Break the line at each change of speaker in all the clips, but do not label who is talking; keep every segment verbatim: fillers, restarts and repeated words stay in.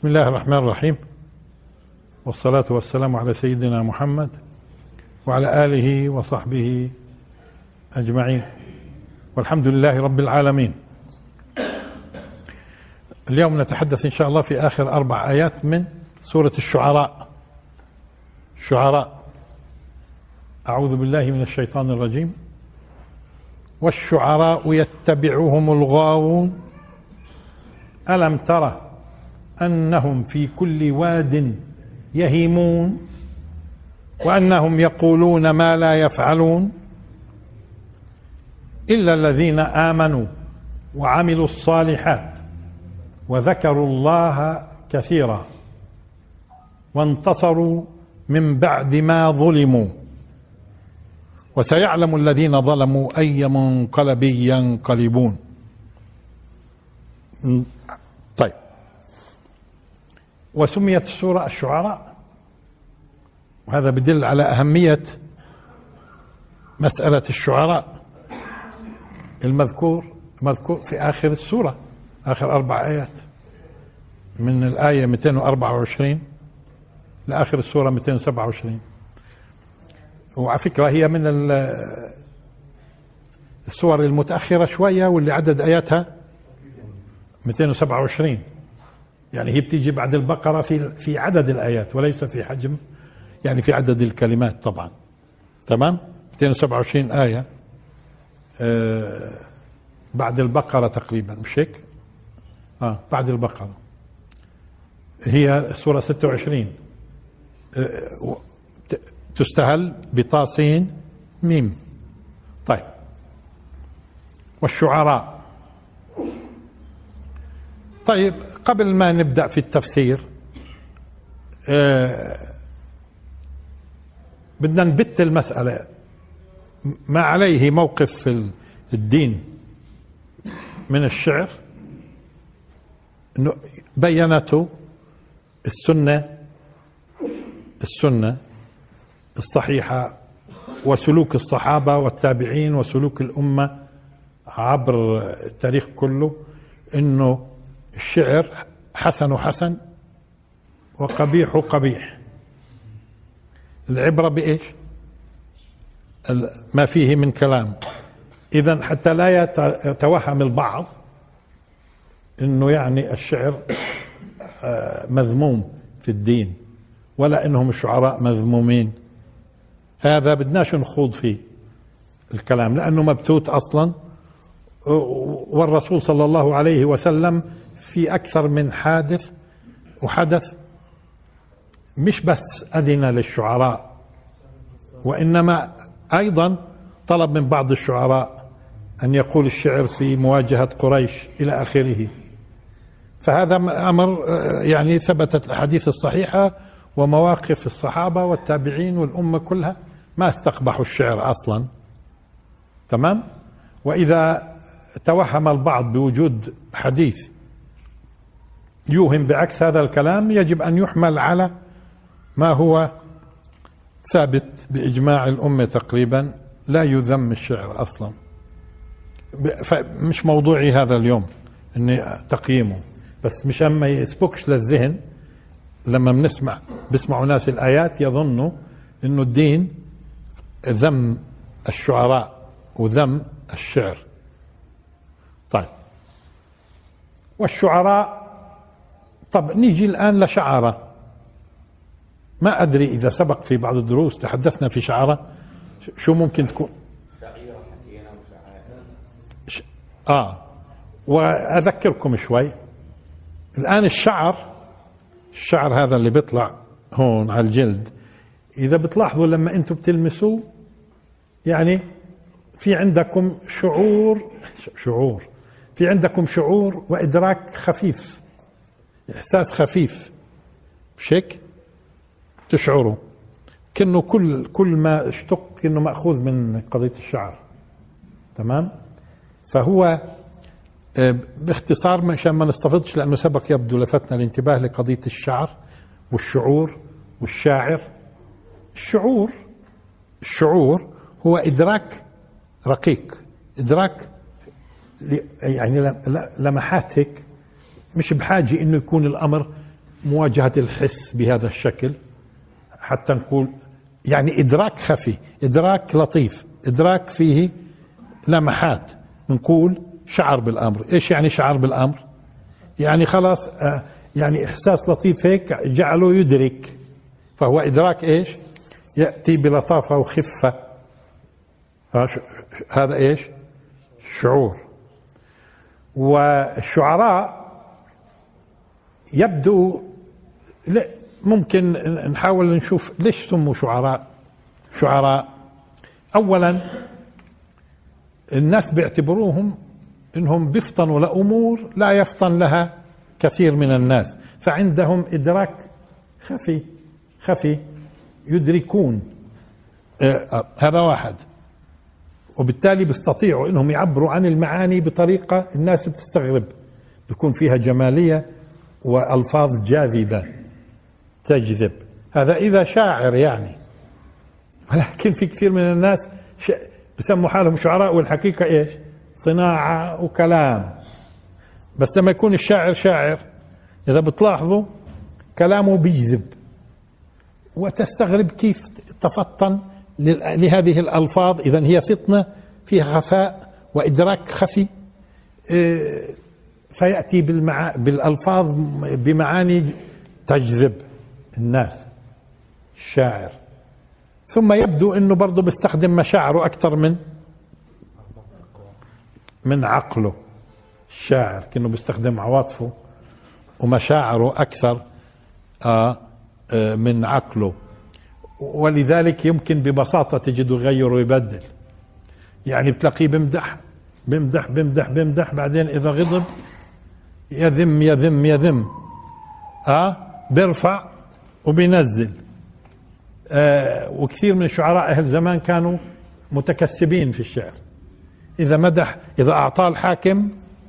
بسم الله الرحمن الرحيم، والصلاة والسلام على سيدنا محمد وعلى آله وصحبه أجمعين، والحمد لله رب العالمين. اليوم نتحدث إن شاء الله في آخر أربع آيات من سورة الشعراء. الشعراء. أعوذ بالله من الشيطان الرجيم. والشعراء يتبعهم الغاوون ألم ترى أنهم في كل واد يهيمون وأنهم يقولون ما لا يفعلون إلا الذين آمنوا وعملوا الصالحات وذكروا الله كثيرا وانتصروا من بعد ما ظلموا وسيعلم الذين ظلموا أي منقلب ينقلبون. طيب، وسميت السورة الشعراء، وهذا بدل على أهمية مسألة الشعراء المذكور مذكور في آخر السورة، آخر أربع آيات من الآية مئتين وأربعة وعشرين لآخر السورة مئتين وسبعة وعشرين. وعلى فكرة هي من السور المتأخرة شوية، واللي عدد آياتها مئتين وسبعة وعشرين، يعني هي بتيجي بعد البقرة في في عدد الآيات وليس في حجم، يعني في عدد الكلمات طبعا. تمام، مئتين وسبعة وعشرين آية آه بعد البقرة تقريبا، مش هيك؟ اه بعد البقرة. هي السورة ستة وعشرين آه تستهل بطاسين ميم. طيب، والشعراء. طيب، قبل ما نبدأ في التفسير آه بدنا نبت المسألة ما عليه موقف في الدين من الشعر، إنه بينته السنة السنة الصحيحة وسلوك الصحابة والتابعين وسلوك الأمة عبر التاريخ كله، إنه الشعر حسن حسن وقبيح قبيح. العبرة بإيش؟ ما فيه من كلام. إذن حتى لا يتوهم البعض إنه يعني الشعر مذموم في الدين، ولا إنهم الشعراء مذمومين. هذا بدناش نخوض فيه الكلام، لأنه مبتوت أصلا، والرسول صلى الله عليه وسلم في أكثر من حادث وحدث مش بس أذن للشعراء، وإنما أيضا طلب من بعض الشعراء أن يقول الشعر في مواجهة قريش إلى آخره. فهذا أمر يعني ثبتت الأحاديث الصحيحة ومواقف الصحابة والتابعين والأمة كلها ما استقبحوا الشعر أصلا. تمام. وإذا توهم البعض بوجود حديث يوهم بعكس هذا الكلام، يجب أن يحمل على ما هو ثابت بإجماع الأمة تقريبا، لا يذم الشعر أصلا. مش موضوعي هذا اليوم أني تقييمه، بس مشان ما يسبكش للذهن لما بنسمع بيسمعوا ناس الآيات يظنوا أنه الدين ذم الشعراء وذم الشعر. طيب، والشعراء. طب نيجي الآن لشعراء. ما أدري إذا سبق في بعض الدروس تحدثنا في شعراء، شو ممكن تكون؟ شعيرة حكينا وشعائر. آه وأذكركم شوي. الآن الشعر الشعر هذا اللي بيطلع هون على الجلد، إذا بتلاحظوا لما أنتم بتلمسوه يعني في عندكم شعور شعور في عندكم شعور وإدراك خفيف، إحساس خفيف، مش هيك؟ تشعروا كأنه كل كل ما اشتق كأنه مأخوذ من قضية الشعر. تمام. فهو باختصار مشان ما نستفضش، لأنه سبق يبدو لفتنا الانتباه لقضية الشعر والشعور والشاعر. الشعور الشعور هو إدراك رقيق، إدراك يعني لمحات هيك، مش بحاجة إنه يكون الأمر مواجهة الحس بهذا الشكل حتى نقول يعني إدراك خفي، إدراك لطيف، إدراك فيه لمحات، نقول شعر بالأمر. إيش يعني شعر بالأمر؟ يعني خلاص آه يعني إحساس لطيف هيك جعله يدرك، فهو إدراك إيش؟ يأتي بلطافة وخفة. هذا إيش؟ شعور. والشعراء يبدو لا ممكن نحاول نشوف ليش سموا شعراء. شعراء أولا الناس بيعتبروهم إنهم بيفطنوا لأمور لا يفطن لها كثير من الناس، فعندهم إدراك خفي خفي يدركون آه هذا واحد، وبالتالي بيستطيعوا إنهم يعبروا عن المعاني بطريقة الناس بتستغرب، بيكون فيها جمالية وألفاظ جاذبة تجذب. هذا إذا شاعر يعني، ولكن في كثير من الناس بسموا حالهم شعراء والحقيقة إيش؟ صناعة وكلام. بس لما يكون الشاعر شاعر إذا بتلاحظوا كلامه بيجذب، وتستغرب كيف تفطن لهذه الألفاظ. إذن هي فطنة فيها خفاء وإدراك خفي، فيأتي بالمع... بالألفاظ بمعاني تجذب الناس الشاعر. ثم يبدو أنه برضه بيستخدم مشاعره أكثر من من عقله. الشاعر كأنه بيستخدم عواطفه ومشاعره أكثر آه آه من عقله، ولذلك يمكن ببساطة تجده يغير ويبدل. يعني بتلاقيه بمدح بمدح بمدح بمدح بعدين إذا غضب يذم يذم يذم آه بيرفع وبينزل. آه وكثير من شعراء أهل زمان كانوا متكسبين في الشعر. إذا مدح إذا أعطاه الحاكم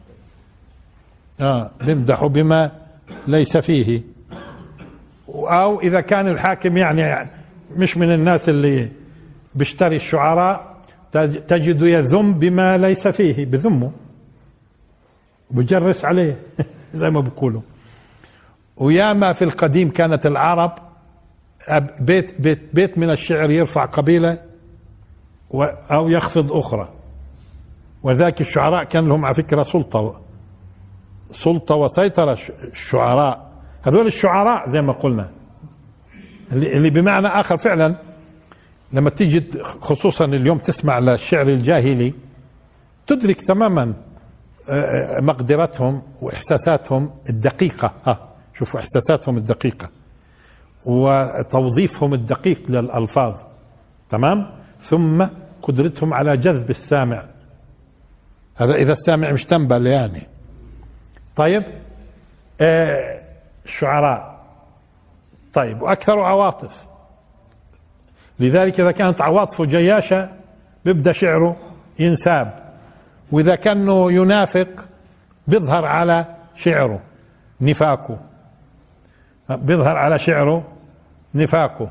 آه بمدحه بما ليس فيه، أو إذا كان الحاكم يعني مش من الناس اللي بيشتري الشعراء تجد يذم بما ليس فيه، بذمه وبجرس عليه زي ما بيقولوا. وياما في القديم كانت العرب بيت بيت بيت من الشعر يرفع قبيلة أو يخفض أخرى، وذاك الشعراء كان لهم على فكرة سلطة سلطة وسيطرة. الشعراء هذول الشعراء زي ما قلنا اللي بمعنى آخر فعلا لما تيجي خصوصا اليوم تسمع للشعر الجاهلي تدرك تماما مقدرتهم وإحساساتهم الدقيقة. ها شوفوا إحساساتهم الدقيقة وتوظيفهم الدقيق للألفاظ، تمام، ثم قدرتهم على جذب السامع. هذا إذا السامع مش تنبل يعني. طيب آه الشعراء طيب وأكثر عواطف، لذلك إذا كانت عواطفه جياشة بيبدأ شعره ينساب، وإذا كانه ينافق بيظهر على شعره نفاقه، بيظهر على شعره نفاقه.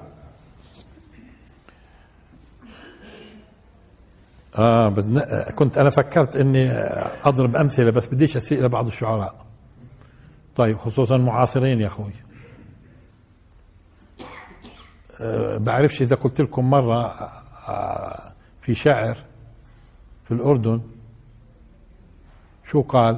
آه كنت أنا فكرت إني أضرب أمثلة بس بديش أسيء إلى بعض الشعراء. طيب خصوصا معاصرين يا أخوي. أه بعرفش إذا قلت لكم مرة أه في شاعر في الأردن شو قال: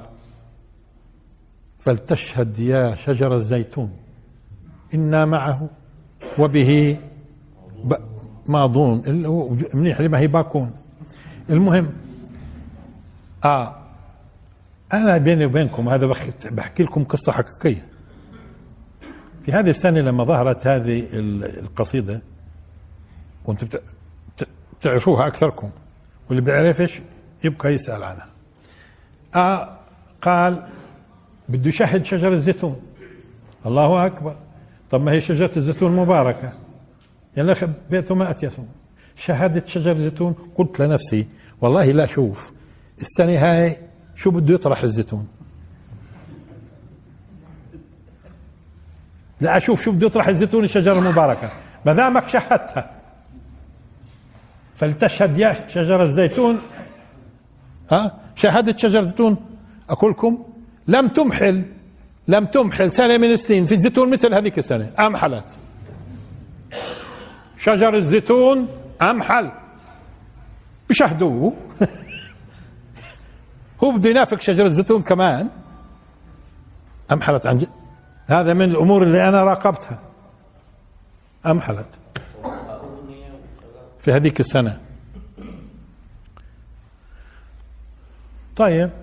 فلتشهد يا شجر الزيتون إنا معه وبه ماضون. منيح لما هي باكون. المهم آه أنا بيني وبينكم هذا بحكي لكم قصة حقيقية. في هذه السنة لما ظهرت هذه القصيدة وانتم تعرفوها أكثركم، واللي بيعرفش يبقى يسأل عنها. آه قال بده يشهد شجر الزيتون. الله أكبر، طب ما هي شجرة الزيتون مباركة، يلا بيته ما أتيسون. شهدت شجر الزيتون. قلت لنفسي والله لا شوف السنة هاي شو بده يطرح الزيتون، لا أشوف شو بده يطرح الزيتون الشجرة المباركة ما دامك شهدتها. فلتشهد يا شجر الزيتون. ها شهدت شجر الزيتون. أقول لكم لم تمحل لم تمحل سنة من السنين في الزيتون مثل هذيك السنة، أمحلت. شجر الزيتون أمحل، بشهدوه هو بده ينافق شجر الزيتون كمان، أمحلت عن جد. هذا من الأمور اللي أنا راقبتها، أمحلت في هذيك السنة. طيب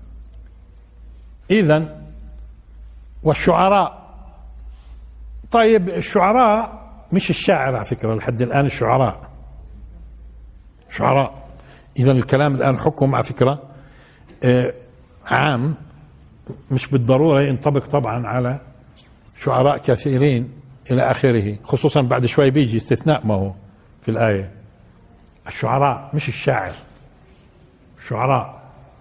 إذن والشعراء، طيب الشعراء مش الشاعر على فكرة لحد الآن، الشعراء شعراء. إذا الكلام الآن حكم على فكرة آه عام، مش بالضرورة ينطبق طبعا على شعراء كثيرين إلى آخره، خصوصا بعد شوي بيجي استثناء ما هو في الآية. الشعراء مش الشاعر، الشعراء.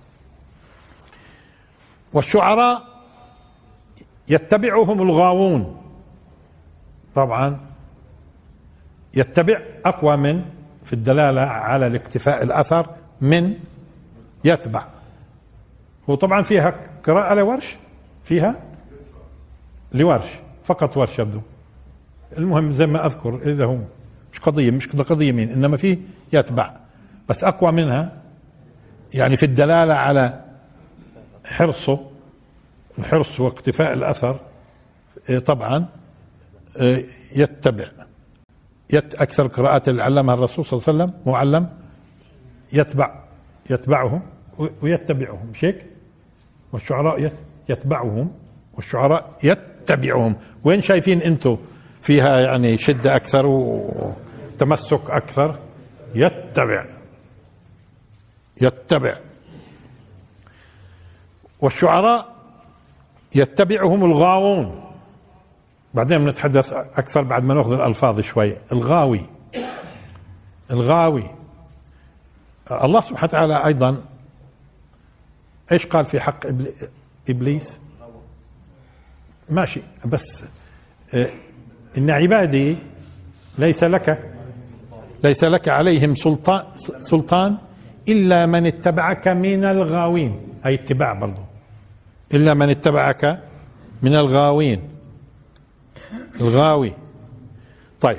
والشعراء يتبعهم الغاوون، طبعا يتبع أقوى من في الدلالة على الاكتفاء الأثر من يتبع. هو طبعا فيها قراءة لورش، فيها لورش فقط، ورش يبدو. المهم زي ما أذكر إذا هو مش قضية مش قضية مين، إنما فيه يتبع، بس أقوى منها يعني في الدلالة على حرصه، الحرص واقتفاء الأثر. طبعا يتبع، يت أكثر القراءات اللي علمها الرسول صلى الله عليه وسلم معلم يتبع، يتبعهم ويتبعهم، مش هيك؟ والشعراء يتبعهم والشعراء يتبعهم. وين شايفين انتم فيها يعني شدة أكثر وتمسك أكثر؟ يتبع، يتبع. والشعراء يتبعهم الغاوون. بعدين بنتحدث أكثر بعد ما نأخذ الألفاظ شوي. الغاوي، الغاوي الله سبحانه وتعالى أيضا إيش قال في حق إبليس؟ ماشي، بس إن عبادي ليس لك ليس لك عليهم سلطان سلطان إلا من اتبعك من الغاوين، أي اتباع برضو، إلا من اتبعك من الغاوين، الغاوي. طيب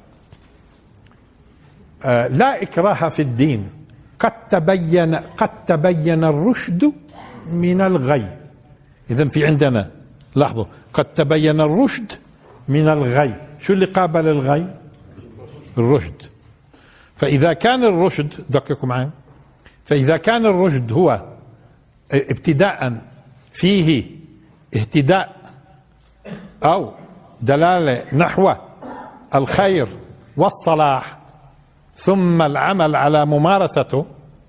آه لا إكراه في الدين، قد تبين قد تبين الرشد من الغي. إذن في عندنا لاحظوا، قد تبين الرشد من الغي. شو اللي قابل الغي؟ الرشد. فإذا كان الرشد، دققوا معي، فإذا كان الرشد هو ابتداء فيه اهتداء أو دلالة نحو الخير والصلاح ثم العمل على ممارسته،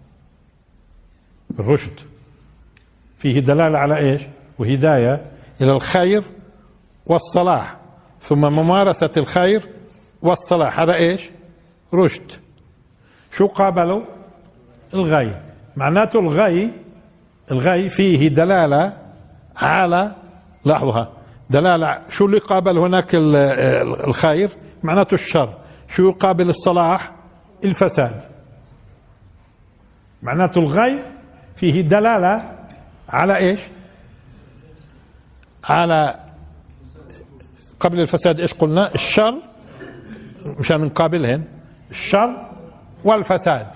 الرشد فيه دلالة على إيش؟ وهداية إلى الخير والصلاح ثم ممارسة الخير والصلاح، هذا إيش؟ رشد. شو قابلوا؟ الغي. معناته الغي، الغي فيه دلالة على، لاحظوها، دلالة. شو اللي قابل هناك الخير؟ معناته الشر. شو يقابل الصلاح؟ الفساد. معناته الغي فيه دلالة على إيش؟ على قبل الفساد إيش قلنا؟ الشر، مشان نقابلهن الشر والفساد،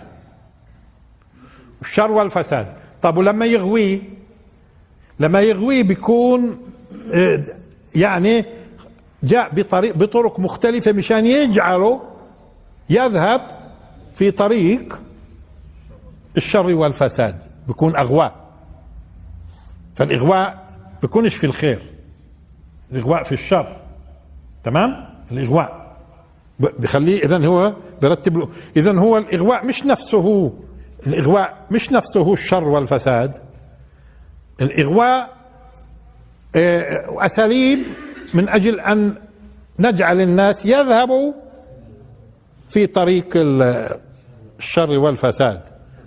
الشر والفساد. طب ولما يغوي، لما يغوي بيكون يعني جاء بطريق بطرق مختلفة مشان يجعله يذهب في طريق الشر والفساد، بيكون أغواء. فالإغواء بيكونش في الخير، الإغواء في الشر، تمام؟ الإغواء بخليه، إذن هو برتب له. إذن هو الإغواء مش نفسه، الإغواء مش نفسه الشر والفساد. الإغواء أساليب من أجل أن نجعل الناس يذهبوا في طريق الشر والفساد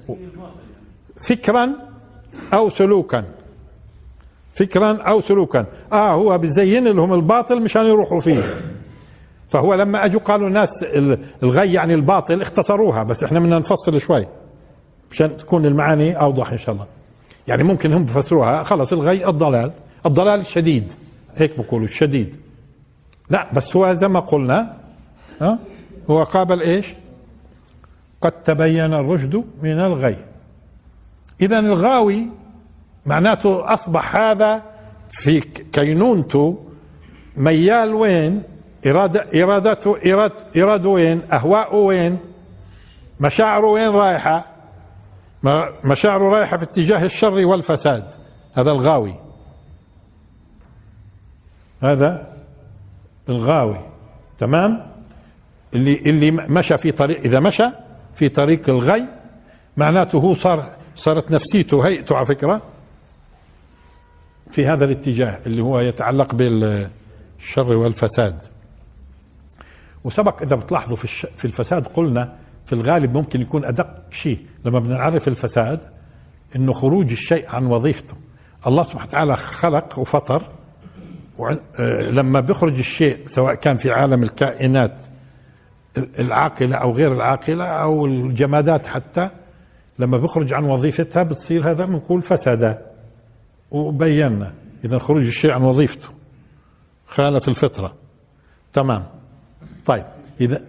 فكرا أو سلوكا، فكرا أو سلوكا. آه هو بيزين لهم الباطل مشان يروحوا فيه. فهو لما أجوا قالوا الناس الغي يعني الباطل، اختصروها، بس احنا بدنا نفصل شوي مشان تكون المعاني أوضح إن شاء الله. يعني ممكن هم بفسروها خلص الغي الضلال، الضلال الشديد، هيك بقولوا الشديد. لا بس هو زي ما قلنا ها هو قابل ايش؟ قد تبين الرشد من الغي. اذا الغاوي معناته اصبح هذا في كينونته ميال وين؟ إرادة إرادته إراد إراده وين؟ أهواءه وين؟ مشاعره وين رايحة؟ مشاعره رايحة في اتجاه الشر والفساد. هذا الغاوي، هذا الغاوي. تمام؟ اللي اللي مشى في طريق، إذا مشى في طريق الغي معناته هو صار صارت نفسيته هيئته على فكرة في هذا الاتجاه اللي هو يتعلق بالشر والفساد. وسبق إذا بتلاحظوا في في الفساد قلنا في الغالب ممكن يكون أدق شيء لما بدنا نعرف الفساد إنه خروج الشيء عن وظيفته. الله سبحانه وتعالى خلق وفطر، ولما بيخرج الشيء سواء كان في عالم الكائنات العاقلة أو غير العاقلة أو الجمادات حتى، لما بيخرج عن وظيفتها بتصير هذا بنقول فساد. وبينا إذا خروج الشيء عن وظيفته خالف الفطرة. تمام. طيب إذا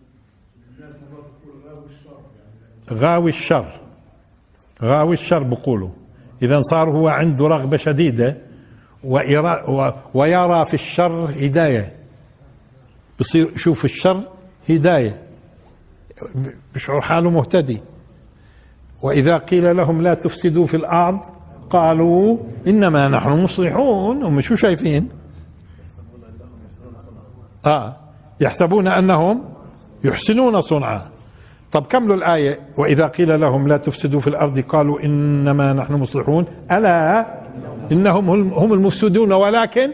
غاوي الشر، غاوي الشر بقولوا إذا صار هو عنده رغبة شديدة ويرى في الشر هداية، بصير يشوف الشر هداية، بشعر حاله مهتدي. وإذا قيل لهم لا تفسدوا في الأرض قالوا إنما نحن مصلحون. هم شو شايفين؟ آه يحسبون أنهم يحسنون صنعا. طب كملوا الآية. وإذا قيل لهم لا تفسدوا في الأرض قالوا إنما نحن مصلحون ألا إنهم هم المفسدون ولكن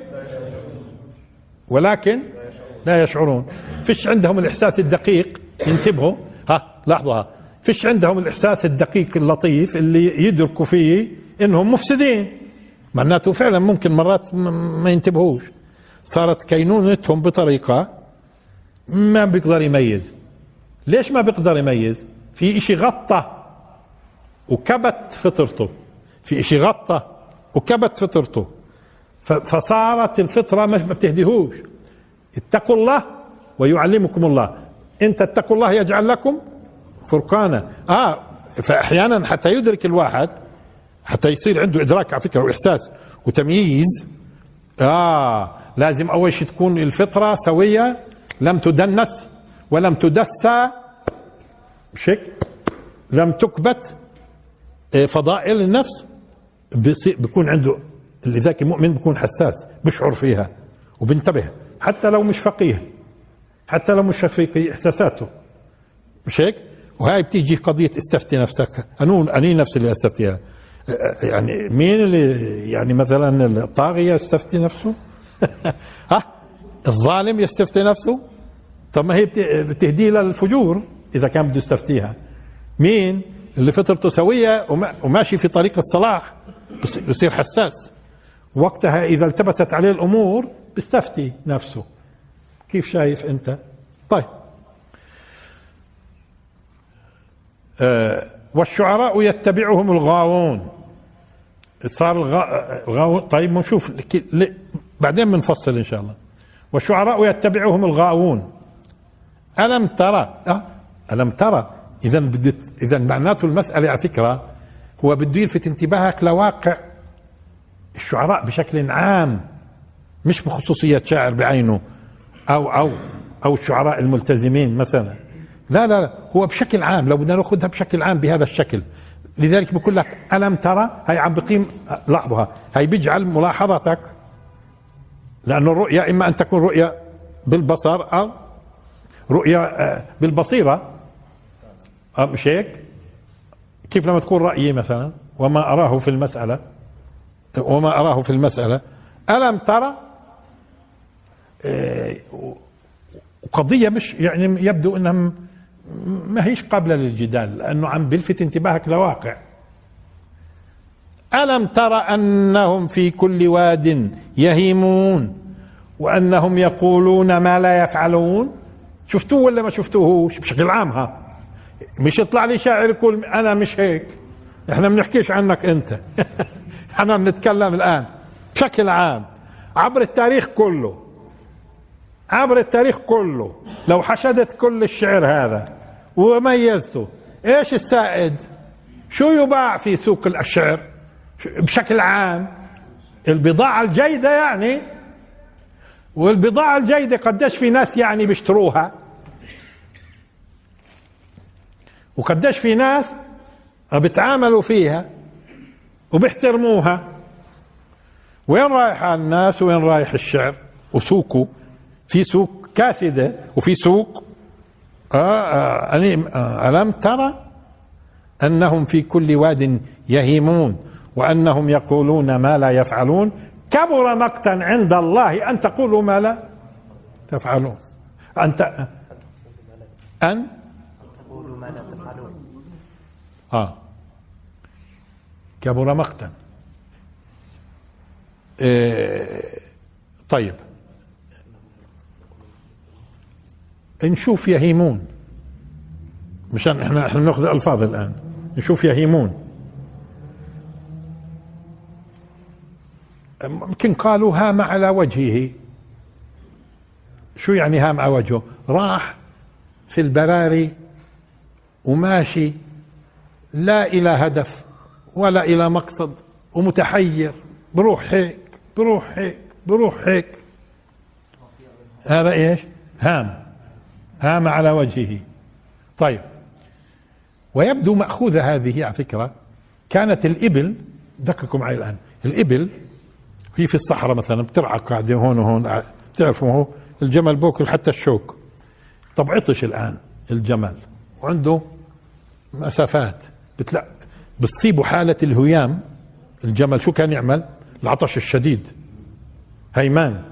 ولكن لا يشعرون. فيش عندهم الإحساس الدقيق. انتبهوا، ها لاحظوا، ها فيش عندهم الإحساس الدقيق اللطيف اللي يدركوا فيه إنهم مفسدين. معناته فعلا ممكن مرات ما ينتبهوش. صارت كينونتهم بطريقة ما بيقدر يميز. ليش ما بيقدر يميز؟ في اشي غطى وكبت فطرته، في اشي غطى وكبت فطرته، فصارت الفطرة ما بتهديهوش. اتقوا الله ويعلمكم الله. انت اتقوا الله يجعل لكم فرقانا. اه فاحيانا حتى يدرك الواحد، حتى يصير عنده ادراك على فكرة واحساس وتمييز، اه لازم اول شيء تكون الفطرة سوية، لم تدنس ولم تدسى، شك لم تكبت فضائل النفس. بيكون عنده لذلك المؤمن بيكون حساس، بيشعر فيها وبينتبه حتى لو مش فقيه، حتى لو مش فقيه احساساته، مش هيك؟ وهاي بتيجي قضية استفتي نفسك. أنو أني نفسي اللي استفتيها؟ يعني مين اللي يعني مثلا الطاغية يستفتي نفسه؟ ها الظالم يستفتي نفسه؟ طب ما هي بتهدي للفجور إذا كان بده يستفتيها. مين اللي فطرته سوية وماشي في طريق الصلاح بصير حساس، وقتها إذا التبست عليه الأمور بيستفتي نفسه. كيف شايف أنت؟ طيب آه والشعراء يتبعهم الغاوون. صار الغاوون. طيب نشوف بعدين بنفصل إن شاء الله. والشعراء يتبعهم الغاوون ألم ترى. أه؟ ألم ترى إذا بدت إذا معناته المسألة على فكرة هو بده يلفت انتباهك لواقع الشعراء بشكل عام، مش بخصوصية شاعر بعينه أو أو أو الشعراء الملتزمين مثلا. لا لا لا هو بشكل عام، لو بدنا ناخذها بشكل عام بهذا الشكل. لذلك بقول لك ألم ترى، هي عم بقيم لاحظها، هي بيجعل ملاحظتك، لأنه الرؤية إما أن تكون رؤية بالبصر أو رؤية بالبصيرة. مش هيك؟ كيف لما تكون رأيي مثلا وما أراه في المسألة وما أراه في المسألة ألم ترى، قضية مش يعني يبدو أنها ما هيش قابلة للجدال، لأنه عم بلفت انتباهك لواقع. ألم ترى أنهم في كل واد يهيمون وأنهم يقولون ما لا يفعلون. شفتوه ولا ما شفتوهوش؟ بشكل عام ها، مش يطلع لي شاعر يقول أنا مش هيك. احنا بنحكيش عنك أنت احنا بنتكلم الآن بشكل عام عبر التاريخ كله، عبر التاريخ كله لو حشدت كل الشعر هذا وميزته، ايش السائد؟ شو يباع في سوق الشعر بشكل عام؟ البضاعة الجيدة يعني، والبضاعة الجيدة قديش في ناس يعني بيشتروها، وقديش في ناس بيتعاملوا فيها وبيحترموها. وين رايح الناس وين رايح الشعر وسوقه؟ في سوق كاسدة وفي سوق آه آه آه ألم ترى أنهم في كل واد يهيمون وأنهم يقولون ما لا يفعلون كبر مقتا عند الله أن تقولوا ما لا تفعلون. أنت أن
تقولوا ما لا تفعلون.
آه كبر مقتا. إيه طيب نشوف يهيمون، مشان احنا احنا ناخذ الفاظ الان. نشوف يهيمون، يمكن قالوا هام على وجهه. شو يعني هام على وجهه؟ راح في البراري وماشي لا الى هدف ولا الى مقصد ومتحير، بروح هيك بروح هيك بروح هيك. هذا ايش؟ هام، هام على وجهه. طيب، ويبدو مأخوذة هذه على فكرة. كانت الإبل، دققوا معي الآن، الإبل هي في الصحراء مثلا بترعى قاعدة هون وهون، بتعرفوا هو الجمل بوكل حتى الشوك. طب عطش الآن الجمل وعنده مسافات، بتلاقي بتصيبه حالة الهيام. الجمل شو كان يعمل؟ العطش الشديد، هيمان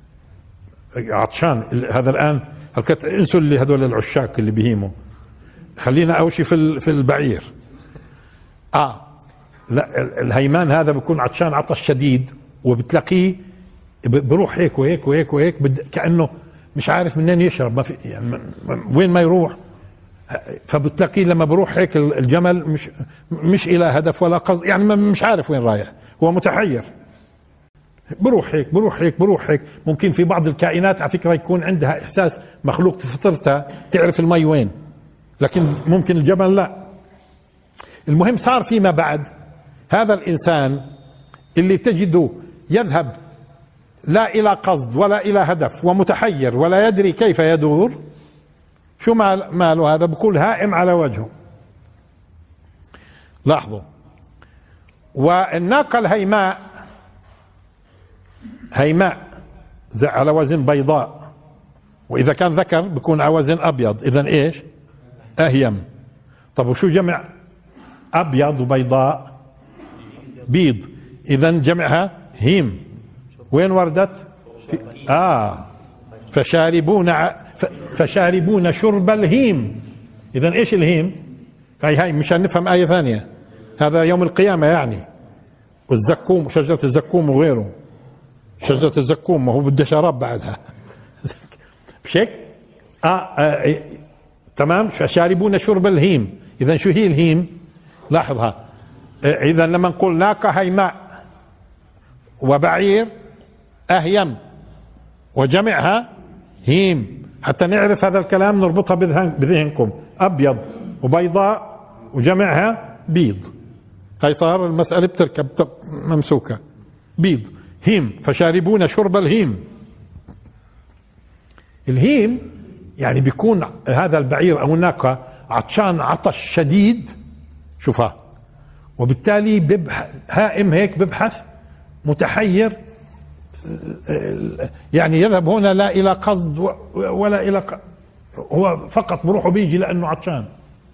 عطشان. هذا الآن انسوا اللي هذول العشاق اللي بيهيموا، خلينا أول شيء في في البعير. اه لا، الهيمان هذا بيكون عطشان عطش شديد، وبتلاقيه بروح هيك وهيك وهيك وهيك، كأنه مش عارف منين يشرب، ما في يعني وين ما يروح. فبتلاقيه لما بروح هيك الجمل مش مش إلى هدف ولا قصد، يعني مش عارف وين رايح، هو متحير، بروح هيك بروح هيك بروح هيك. ممكن في بعض الكائنات على فكرة يكون عندها إحساس مخلوق في فطرتها، تعرف المي وين، لكن ممكن الجمل لا. المهم صار فيما بعد هذا الإنسان اللي تجده يذهب لا إلى قصد ولا إلى هدف ومتحير ولا يدري كيف يدور، شو ماله هذا؟ بقول هائم على وجهه. لاحظوا، والناقة الهيماء، هيماء على وزن بيضاء، وإذا كان ذكر بيكون على وزن أبيض، إذن إيش؟ أهيم. طب وشو جمع أبيض وبيضاء؟ بيض، إذن جمعها هيم. وين وردت؟ آه فشاربون ع... فشاربون شرب الهيم. إذن إيش الهيم؟ هاي هاي مشان نفهم آية ثانية، هذا يوم القيامة يعني. والزكوم، شجرة الزكوم وغيره، شجرة الزكوم ما هو بده شراب بعدها بشك آه, آه تمام. فشاربون شرب الهيم. إذن شو هي الهيم؟ لاحظها. إذن لما نقول ناقة هيماء وبعير أهيم وجمعها هيم، حتى نعرف هذا الكلام نربطها بذهنكم. أبيض وبيضاء وجمعها بيض، هاي صار المسألة بتركب ممسوكة. بيض هيم، فشاربون شرب الهيم. الهيم يعني بيكون هذا البعير أو الناقة عطشان عطش شديد، شوفها، وبالتالي ببحث هائم هيك، ببحث متحير، يعني يذهب هنا لا إلى قصد ولا إلى ق... هو فقط بروح وبيجي لأنه عطشان.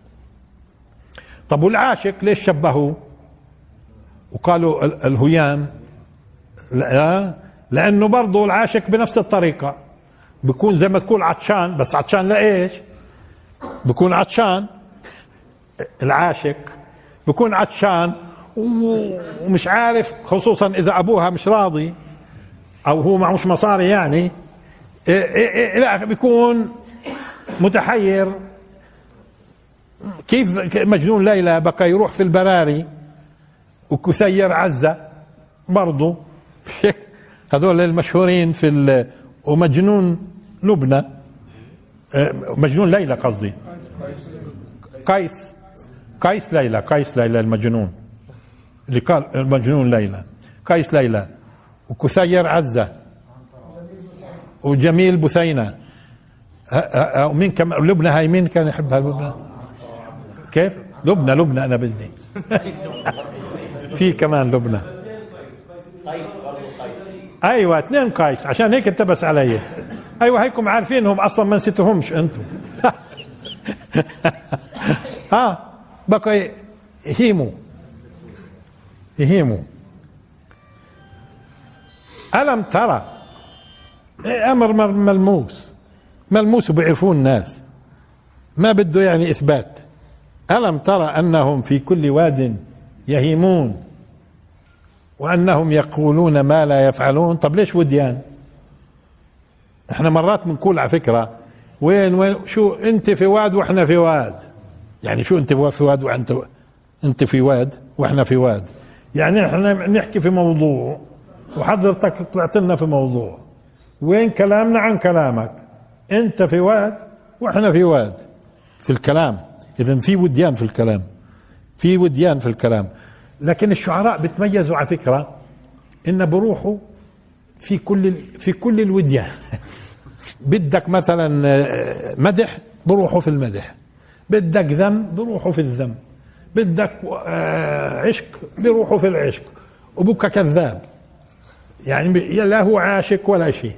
طب والعاشق ليش شبهوه وقالوا الهيام؟ لا، لأنه برضو العاشق بنفس الطريقة بيكون زي ما تقول عطشان، بس عطشان لإيش؟ بيكون عطشان العاشق، بيكون عطشان ومش عارف، خصوصا إذا أبوها مش راضي أو هو معوش مصاري يعني، لا بيكون متحير. كيف مجنون ليلى بقى يروح في البراري وكسير عزة برضو هذول المشهورين في ال... ومجنون لبنى، مجنون ليلى قصدي، قيس قيس ليلى قيس ليلى المجنون اللي قال المجنون ليلى، قيس ليلى، وكثير عزة، وجميل بثينة. ومين كمان لبنى؟ هاي مين كان يحبها لبنى؟ كيف لبنى؟ لبنى انا بدي في كمان لبنى. ايوه اثنين قيس، عشان هيك انتبس علي. ايوه هيكم عارفينهم اصلا ما نسيتهمش انتم. ها بقى يهيموا يهيموا. ألم ترى؟ أمر ملموس ملموس وبيعرفون الناس، ما بده يعني إثبات. ألم ترى أنهم في كل واد يهيمون وأنهم يقولون ما لا يفعلون. طب ليش وديان؟ احنا مرات بنقول على فكرة وين وين شو انت في واد واحنا في واد، يعني شو انت في واد وانت انت في واد واحنا في واد، يعني احنا نحكي في موضوع وحضرتك طلعت لنا في موضوع، وين كلامنا عن كلامك؟ انت في واد واحنا في واد في الكلام. اذا في وديان في الكلام، في وديان في الكلام. لكن الشعراء بتميزوا على فكرة ان بروحوا في كل في كل الوديان. بدك مثلا مدح بروحوا في المدح، بدك ذم بروحوا في الذم، بدك عشق بروحوا في العشق، وبكى كذاب يعني لا هو عاشق ولا شيء.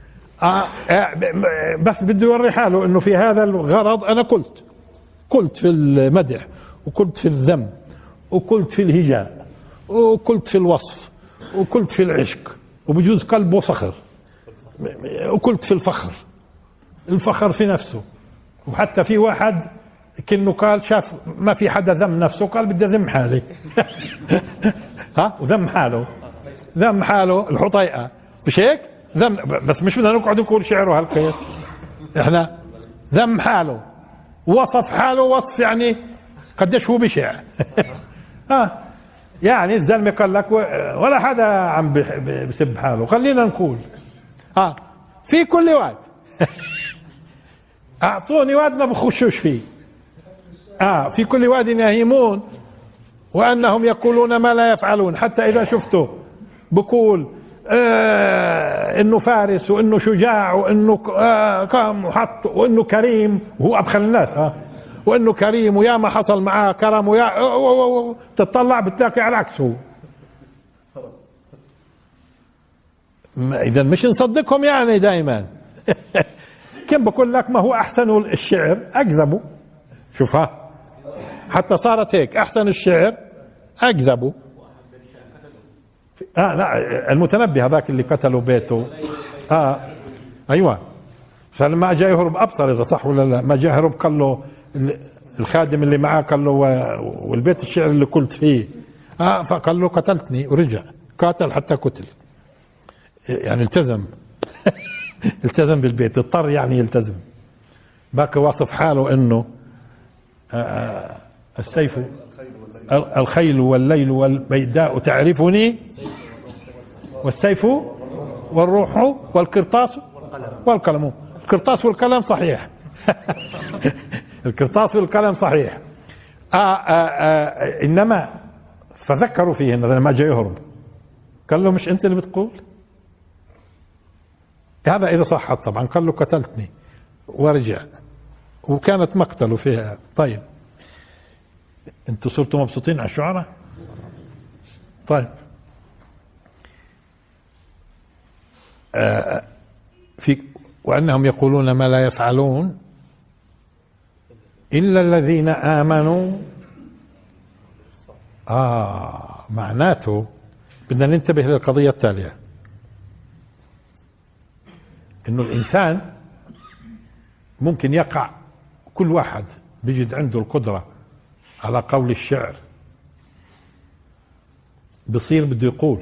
بس بده يوري حاله انه في هذا الغرض انا قلت قلت في المدح، وقلت في الذم، وقلت في الهجاء، وقلت في الوصف، وقلت في العشق، وبجوز قلبه فخر، وقلت في الفخر، الفخر في نفسه. وحتى في واحد كأنه قال شاف ما في حدا ذم نفسه قال بدي ذم حالي. ها وذم حاله، ذم حاله الحطيئة، مش هيك؟ ذم. بس مش بدنا نقعد نقول شعره هالكيف، احنا ذم حاله، وصف حاله وصف يعني قديش هو بشع. ها يعني الزلمه قال لك ولا حدا عم بسب حاله، خلينا نقول ها في كل واد. اعطوني واد ما بخشوش فيه. اه في كل واد يهيمون وانهم يقولون ما لا يفعلون. حتى اذا شفته بقول آه انه فارس وانه شجاع وانه آه قام وحط وانه كريم، وهو ابخل الناس، ها آه وانه كريم ويا ما حصل معاه كرم، ويا تطلع بتلاقي على عكسه. اذا مش نصدقهم يعني دائما. كم بقول لك ما هو احسن الشعر اكذبوا. شوفها حتى صارت هيك، احسن الشعر اكذبوا. اه لا المتنبي هذاك اللي قتلوا بيته، اه ايوه، فلما اجى يهرب ابصر اذا صح ولا لا، ما جاء يهرب قال له الخادم اللي معاه قال له والبيت الشعر اللي قلت فيه، اه فقال له قتلتني، ورجع قاتل حتى قتل، يعني التزم. التزم بالبيت، اضطر يعني يلتزم. باقي واصف حاله انه آه السيف الخيل والليل والبيداء تعرفني، والسيف والروح والقرطاس والقلم. القرطاس والقلم صحيح. القرطاس والقلم صحيح. آه آه آه انما فذكروا فيه لما جاء يهرب قال له مش انت اللي بتقول هذا؟ اذا صحت طبعا. قال له قتلتني ورجع، وكانت مقتله فيها. طيب انتوا صرتوا مبسوطين على الشعراء؟ طيب آه في وانهم يقولون ما لا يفعلون الا الذين امنوا. اه معناته بدنا ننتبه للقضيه التاليه، انه الانسان ممكن يقع، كل واحد بيجد عنده القدره على قول الشعر، بصير بده يقول،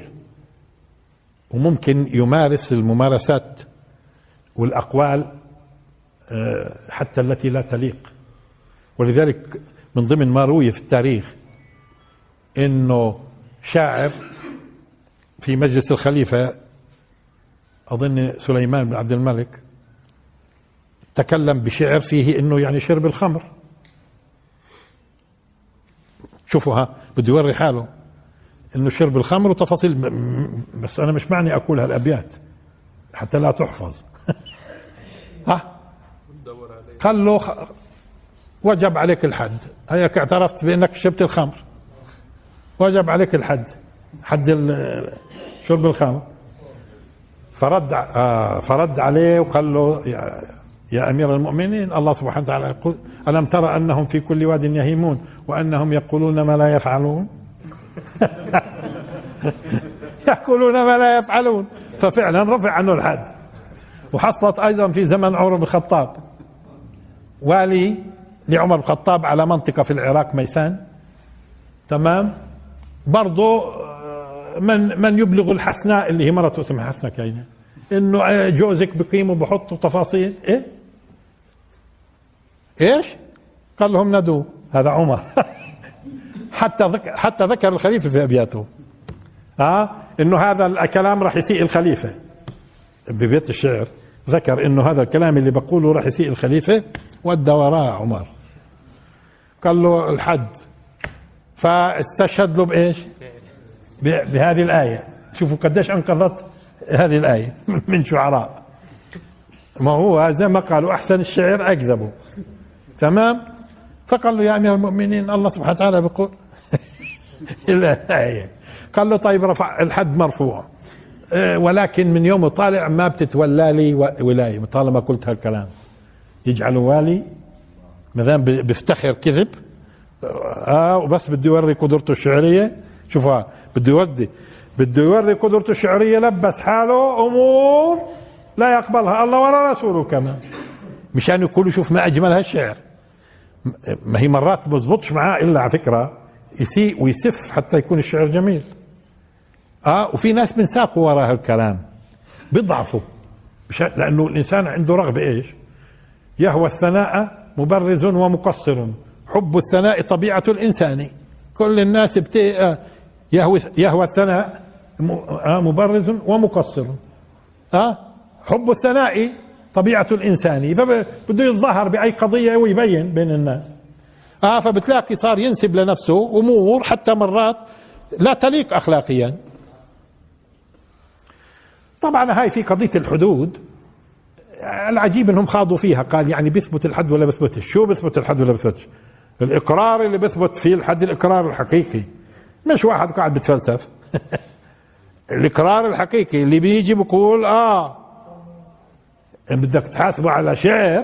وممكن يمارس الممارسات والأقوال حتى التي لا تليق. ولذلك من ضمن ما روي في التاريخ انه شاعر في مجلس الخليفة أظن سليمان بن عبد الملك تكلم بشعر فيه إنه يعني شرب الخمر. شوفوا ها بده يوري حاله إنه شرب الخمر وتفاصيل، بس أنا مش معني أقول هالأبيات حتى لا تحفظ. ها قال له وجب عليك الحد، هيك اعترفت بأنك شربت الخمر، وجب عليك الحد، حد شرب الخمر. فرد آه فرد عليه وقال له يا, يا أمير المؤمنين الله سبحانه وتعالى يقول ألم ترى أنهم في كل واد يهيمون وأنهم يقولون ما لا يفعلون. يقولون ما لا يفعلون. ففعلا رفع عنه الحد. وحصلت أيضا في زمن عمر بن الخطاب، والي لعمر بن الخطاب على منطقة في العراق ميسان، تمام، برضو من من يبلغ الحسناء اللي هي مرته اسمها حسناء كاينه انه جوزك بقيم وبحطوا تفاصيل ايه ايش قال لهم ندوه. هذا عمر. حتى ذكر حتى ذكر الخليفه في ابياته، ها آه انه هذا الكلام راح يسيء الخليفه. ببيت الشعر ذكر انه هذا الكلام اللي بقوله راح يسيء الخليفه، ودى وراه عمر قال له الحد. فاستشهد له بايش؟ بهذه الآية. شوفوا قديش أنقذت هذه الآية من شعراء. ما هو زي ما قالوا أحسن الشعر أكذبه، تمام. فقال له يا أمير المؤمنين الله سبحانه وتعالى بيقول الآية. قال له طيب رفع الحد مرفوع، ولكن من يوم طالع ما بتتولى لي ولاية طالما قلت هالكلام. يجعله والي مادام بيفتخر كذب، اه وبس بده يوري قدرته الشعرية. شوفها بده يودي بده يوري قدرته الشعرية، لبس حاله أمور لا يقبلها الله ولا رسوله كمان، مشان يقولوا شوف ما أجمل هالشعر. ما هي مرات بزبطش معاه إلا على فكرة يسيء ويسف حتى يكون الشعر جميل. آه وفي ناس بنساقوا وراء هالكلام بيضعفوا، لأنه الإنسان عنده رغبة إيش؟ يهوى الثناء مبرز ومقصر، حب الثناء طبيعة الإنسان. كل الناس بتي يهوى يهوى الثناء مبرز ومقصر. ها حب الثناء طبيعة الإنسان، فبده يتظاهر بأي قضية ويبين بين الناس. اه فبتلاقي صار ينسب لنفسه أمور حتى مرات لا تليق أخلاقيا. طبعا هاي في قضية الحدود العجيب انهم خاضوا فيها. قال يعني بيثبت الحد ولا بيثبتش؟ شو بيثبت الحد ولا بيثبتش؟ الإقرار اللي بيثبت فيه الحد الإقرار الحقيقي، مش واحد قاعد بتفلسف. الإقرار الحقيقي اللي بيجي بيقول آه بدك تحاسبه على شعر.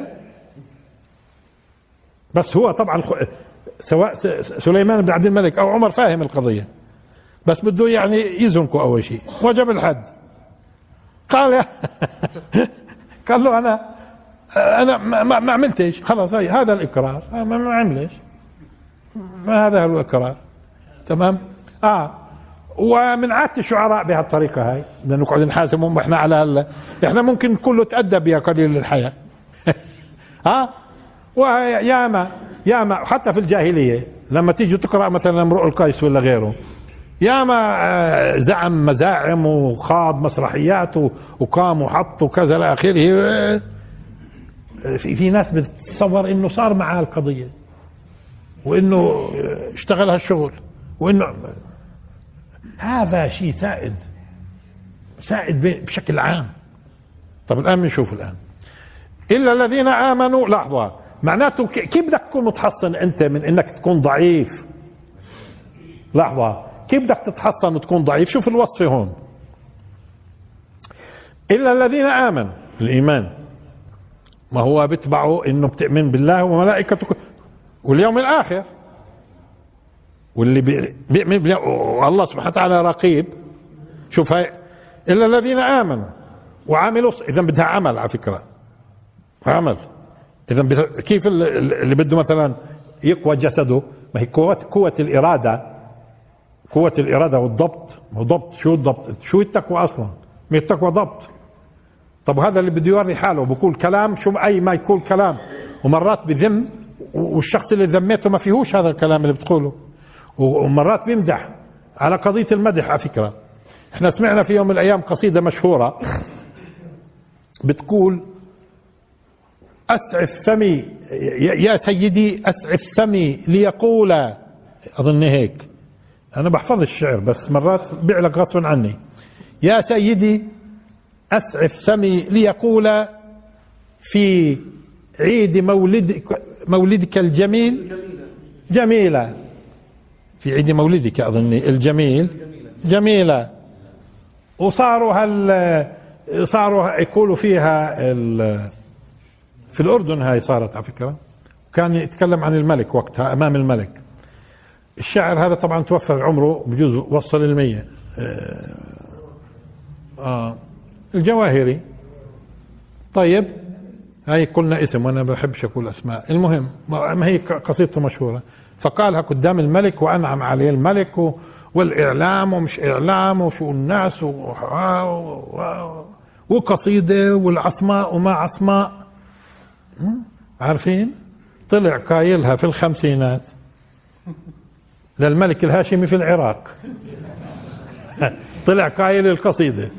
بس هو طبعا سواء سليمان بن عبد الملك أو عمر فاهم القضية، بس بده يعني يزنكوا أول شيء. وجب الحد. قال يا قال له أنا أنا ما, ما عملتش، خلاص هاي هذا الإقرار، ما, ما عملش، ما هذا هو الإقرار، تمام. آه ومن عادة الشعراء بهالطريقة هاي بدنا نقعد نحاسبهم احنا على هلا. احنا ممكن كله تأدب يا قليل الحياة. ها آه وياما ياما حتى في الجاهلية لما تيجي تقرأ مثلا امرؤ القيس ولا غيره، ياما زعم مزاعم وخاض مسرحيات وقام وحط وكذا الى اخره. في في ناس بتتصور انه صار معاه القضيه وانه اشتغل هالشغل، وانه هذا شيء سائد سائد بشكل عام. طب الان بنشوف الان الا الذين امنوا. لحظه، معناته كيف بدك تكون متحصن انت من انك تكون ضعيف؟ لحظه، كيف بدك تتحصن وتكون ضعيف؟ شوف الوصف هون، إلا الذين آمنوا. الإيمان ما هو بتبعه إنه بتؤمن بالله وملائكته واليوم الآخر، واللي بيؤمن بالله والله سبحانه وتعالى رقيب. شوف هاي إلا الذين آمنوا وعملوا، إذا بدها عمل على فكرة، عمل. إذا كيف اللي بده مثلا يقوى جسده؟ ما هي قوة قوة الإرادة، قوة الإرادة والضبط. وضبط شو الضبط؟ شو التقوى أصلا؟ ما التقوى ضبط. طب هذا اللي بده يوري حاله بقول كلام، شو أي ما يقول كلام، ومرات بذم والشخص اللي ذميته ما فيهوش هذا الكلام اللي بتقوله، ومرات بيمدح على قضية المدح. على فكرة احنا سمعنا في يوم من الأيام قصيدة مشهورة بتقول أسعف فمي يا سيدي أسعف فمي ليقول، أظن هيك، أنا بحفظ الشعر بس مرات بيعلق غصبا عني. يا سيدي أسعف فمي ليقول في عيد مولدك مولدك الجميل جميلة، في عيد مولدك أظني الجميل جميلة. وصاروا هال صاروا يقولوا فيها في الأردن، هاي صارت على فكرة، كان يتكلم عن الملك وقتها أمام الملك. الشاعر هذا طبعا توفى عمره بجوز وصل المية. آه الجواهري. طيب هاي قلنا اسم وانا ما بحبش اقول اسماء، المهم ما هي قصيدته مشهوره، فقالها قدام الملك وانعم عليه الملك والاعلام ومش اعلام وشو الناس و... وقصيده والعصماء وما عصماء، عارفين؟ طلع قايلها في الخمسينات للملك الهاشمي في العراق. طلع قايل القصيده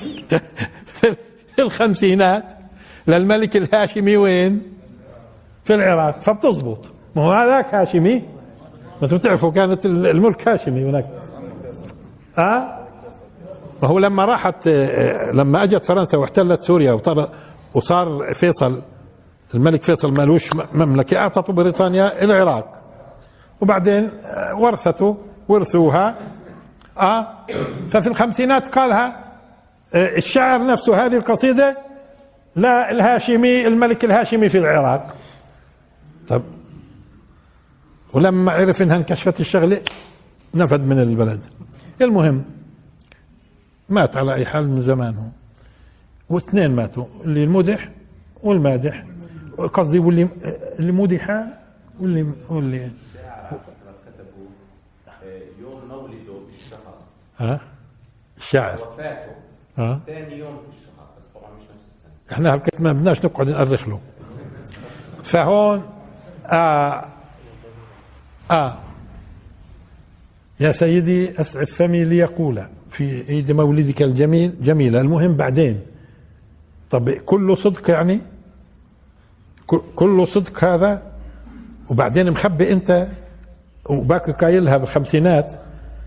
في الخمسينات للملك الهاشمي وين؟ في العراق. فبتزبط، ما هو هذاك هاشمي، ما بتعرفوا كانت الملك هاشمي هناك. اه ما هو لما راحت لما اجت فرنسا واحتلت سوريا وصار فيصل الملك فيصل مالوش مملكه، اعطته بريطانيا العراق، وبعدين ورثته ورثوها. اه ففي الخمسينات قالها الشاعر نفسه هذه القصيده لا الهاشمي الملك الهاشمي في العراق. طب ولما عرف انها انكشفت الشغله نفد من البلد. المهم مات على اي حال من زمانه، واثنين ماتوا، اللي المدح والمادح، قصدي واللي اللي مدح واللي واللي
يوم مولده بالشهر،
ها الشاعر
وفاته
ها
ثاني يوم في الشهر، بس طبعا مش نفس السنه.
احنا هلكت ما بدناش نقعد نأرخ له. فهون آه آه يا سيدي أسعف فمي ليقول في عيد مولدك الجميل جميلة. المهم بعدين، طب كله صدق يعني؟ كله صدق هذا؟ وبعدين مخبي انت وباكر قايلها بالخمسينات،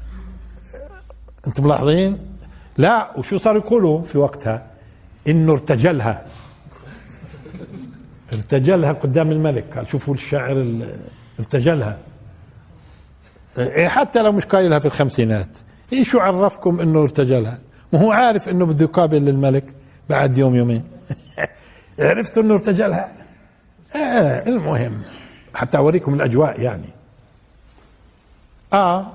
انتم ملاحظين؟ لا، وشو صاروا يقولوا في وقتها؟ انه ارتجلها ارتجلها قدام الملك. قال شوفوا الشاعر ارتجلها. حتى لو مش قايلها في الخمسينات، ايه شو عرفكم انه ارتجلها؟ ما هو عارف انه بده يقابل الملك بعد يوم يومين. عرفتوا انه ارتجلها؟ آه المهم حتى اوريكم الاجواء يعني. اه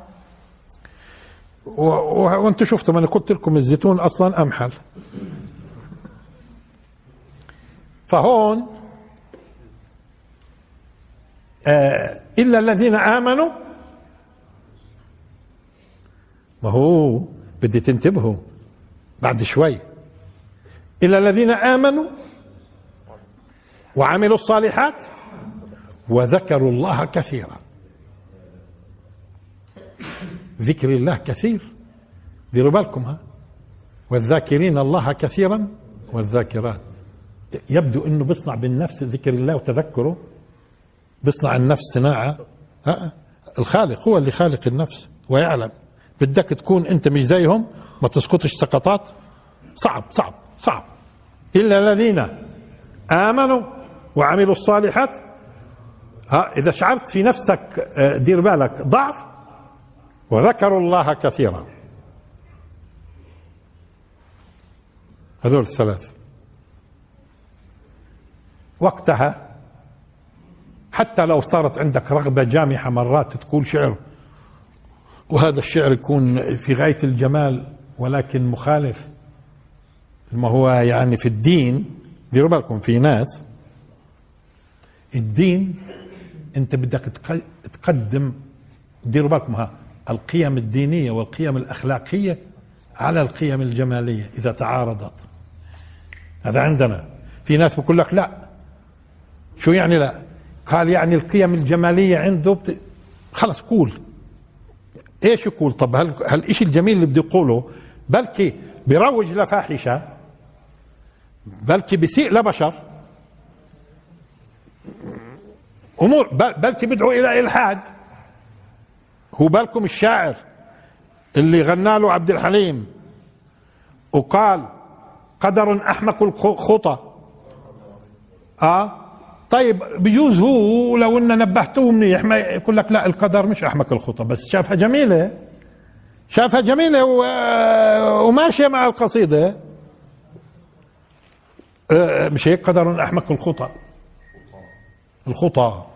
وانتم شفتوا، انا قلت لكم الزيتون اصلا امحل. فهون آه الا الذين امنوا، ما هو بدي تنتبهوا بعد شوي، الا الذين امنوا وعملوا الصالحات وذكروا الله كثيرا. ذكر الله كثير، ديروا بالكم ها، والذاكرين الله كثيرا والذاكرات. يبدو انه بيصنع بالنفس ذكر الله وتذكره، بيصنع النفس صناعة. ها الخالق هو اللي خالق النفس ويعلم. بدك تكون انت مش زيهم، ما تسقطش سقطات، صعب صعب صعب. إلا الذين آمنوا وعملوا الصالحات. ها إذا شعرت في نفسك دير بالك ضعف، وذكروا الله كثيرا. هذول الثلاث. وقتها حتى لو صارت عندك رغبة جامحة مرات تقول شعر، وهذا الشعر يكون في غاية الجمال ولكن مخالف، ما هو يعني في الدين. ديروا بالكم في ناس الدين انت بدك تقدم، ديروا بالكم ها، القيم الدينية والقيم الأخلاقية على القيم الجمالية إذا تعارضت. هذا عندنا. في ناس بقول لك لا، شو يعني لا؟ قال يعني القيم الجمالية عنده بت... خلص قول ايش يقول. طب هل هالشيء الجميل اللي بده يقوله بلكي بيروج لفاحشة، بلكي بيسيء لبشر امور، بلكي بدعو الى الحاد. هو بالكم الشاعر اللي غنى له عبد الحليم وقال قدر احمق الخطى. اه طيب بيجوز هو لو ان نبهتوه منيح ما يقول لك لا القدر مش احمق الخطى، بس شافها جميله، شافها جميله وماشيه مع القصيده. آه مش هيك قدر احمق الخطى الخطى.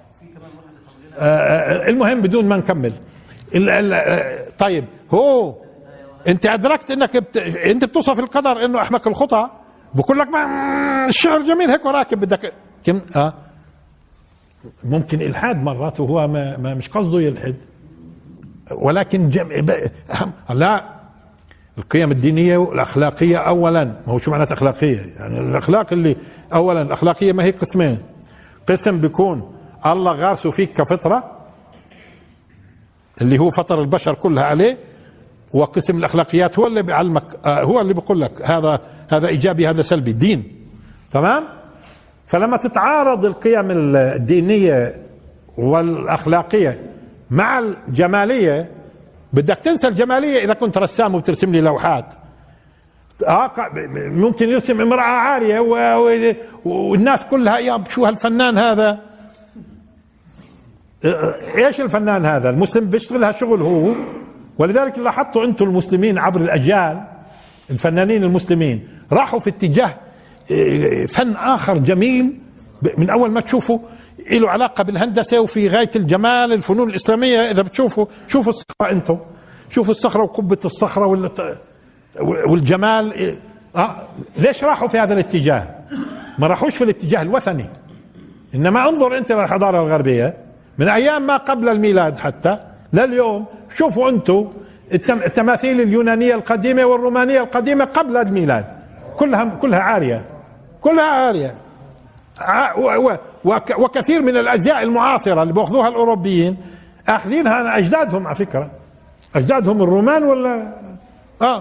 آه المهم بدون ما نكمل. طيب هو انت ادركت انك بت... انت بتوصف القدر انه احمق الخطى، بقول لك ما الشعر جميل هيك وراكب بدك كم اه ممكن الحاد مرات وهو ما, ما مش قصده يلحد، ولكن جم... لا القيم الدينيه والاخلاقيه اولا. ما هو شو معنات اخلاقيه؟ يعني الاخلاق اللي اولا الاخلاقيه ما هي قسمين، قسم بيكون الله غارسه فيك كفطره اللي هو فطر البشر كلها عليه، وقسم الاخلاقيات هو اللي بيعلمك، هو اللي بيقول لك هذا هذا ايجابي هذا سلبي، دين. تمام؟ فلما تتعارض القيم الدينيه والاخلاقيه مع الجماليه، بدك تنسى الجماليه. اذا كنت رسام وبترسم لي لوحات، اه ممكن يرسم امراه عاريه والناس كلها يا شو هالفنان هذا. ايش الفنان هذا؟ المسلم بيشتغلها شغل هو. ولذلك لاحظتوا انتم المسلمين عبر الاجيال، الفنانين المسلمين راحوا في اتجاه فن اخر جميل من اول ما تشوفوا له علاقه بالهندسه وفي غايه الجمال. الفنون الاسلاميه اذا بتشوفوا شوفوا الصخره، انتم شوفوا الصخره وقبه الصخره والجمال. آه ليش راحوا في هذا الاتجاه؟ ما راحوش في الاتجاه الوثني، انما انظر انت للحضاره الغربيه من ايام ما قبل الميلاد حتى لليوم. شوفوا انتم التماثيل اليونانيه القديمه والرومانيه القديمه قبل الميلاد كلها كلها عاريه، كلها عاريه. وكثير من الازياء المعاصره اللي باخذوها الاوروبيين اخذينها عن اجدادهم، على فكره اجدادهم الرومان ولا اه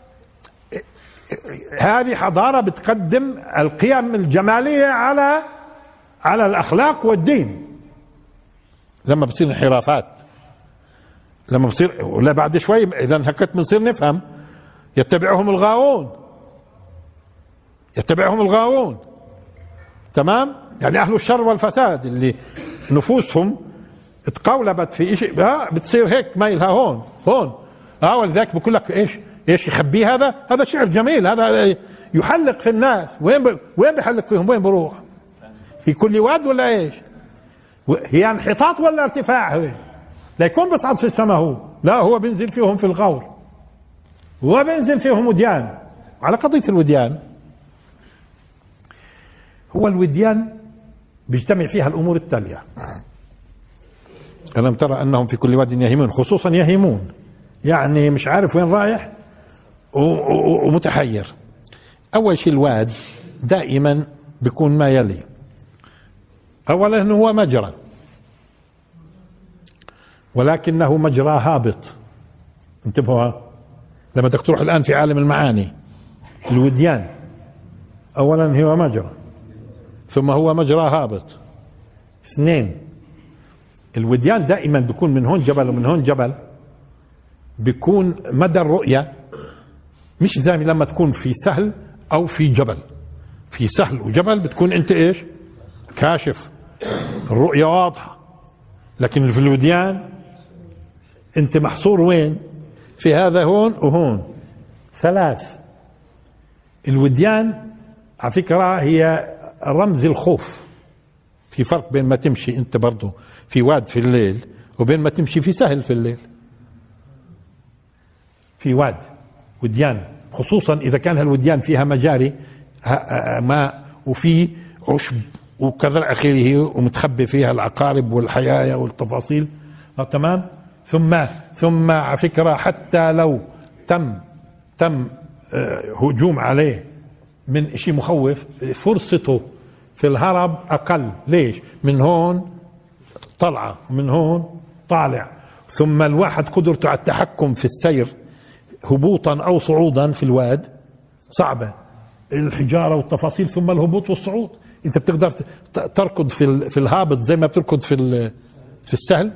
هذه حضاره بتقدم القيم الجماليه على على الاخلاق والدين. لما بصير انحرافات، لما بصير ولا بعد شوي اذا هكت بنصير نفهم يتبعهم الغاوون، يتبعهم الغاوون. تمام؟ يعني اهل الشر والفساد اللي نفوسهم تقولبت في شيء بتصير هيك مايلها هون هون. اه ولذلك بقول لك ايش ايش يخبي هذا؟ هذا شعر جميل، هذا يحلق في الناس. وين ب... وين بيحلق فيهم؟ وين بروح؟ في كل واد ولا ايش؟ هي انحطاط ولا ارتفاع؟ هو لا يكون بصعد في السماء، هو لا هو بينزل فيهم في الغور، هو بينزل فيهم وديان. على قضية الوديان، هو الوديان بيجتمع فيها الأمور التالية. ألم ترى أنهم في كل واد يهيمون، خصوصا يهيمون يعني مش عارف وين رايح ومتحير. أول شيء الواد دائما بيكون ما يلي. أولا هو مجرى، ولكنه مجرى هابط. انتبهوا لما بدك تروح الآن في عالم المعاني، الوديان أولا هو مجرى، ثم هو مجرى هابط. اثنين، الوديان دائما بيكون من هون جبل ومن هون جبل، بيكون مدى الرؤية مش زي لما تكون في سهل أو في جبل. في سهل وجبل بتكون أنت إيش؟ كاشف، الرؤية واضحة. لكن في الوديان أنت محصور وين؟ في هذا هون وهون. ثلاث، الوديان على فكرة هي رمز الخوف. في فرق بين ما تمشي أنت برضو في واد في الليل وبين ما تمشي في سهل في الليل. في واد وديان، خصوصا إذا كان هالوديان فيها مجاري ماء وفي عشب وكذا آخره ومتخبي فيها العقارب والحيايا والتفاصيل. تمام. ثم ثم على فكرة حتى لو تم تم هجوم عليه من شيء مخوف، فرصته في الهرب أقل. ليش؟ من هون طلعة ومن هون طالع. ثم الواحد قدرته على التحكم في السير هبوطا أو صعودا في الواد صعبة. الحجاره والتفاصيل ثم الهبوط والصعود. انت بتقدر تركض في في الهابط زي ما بتركض في في السهل.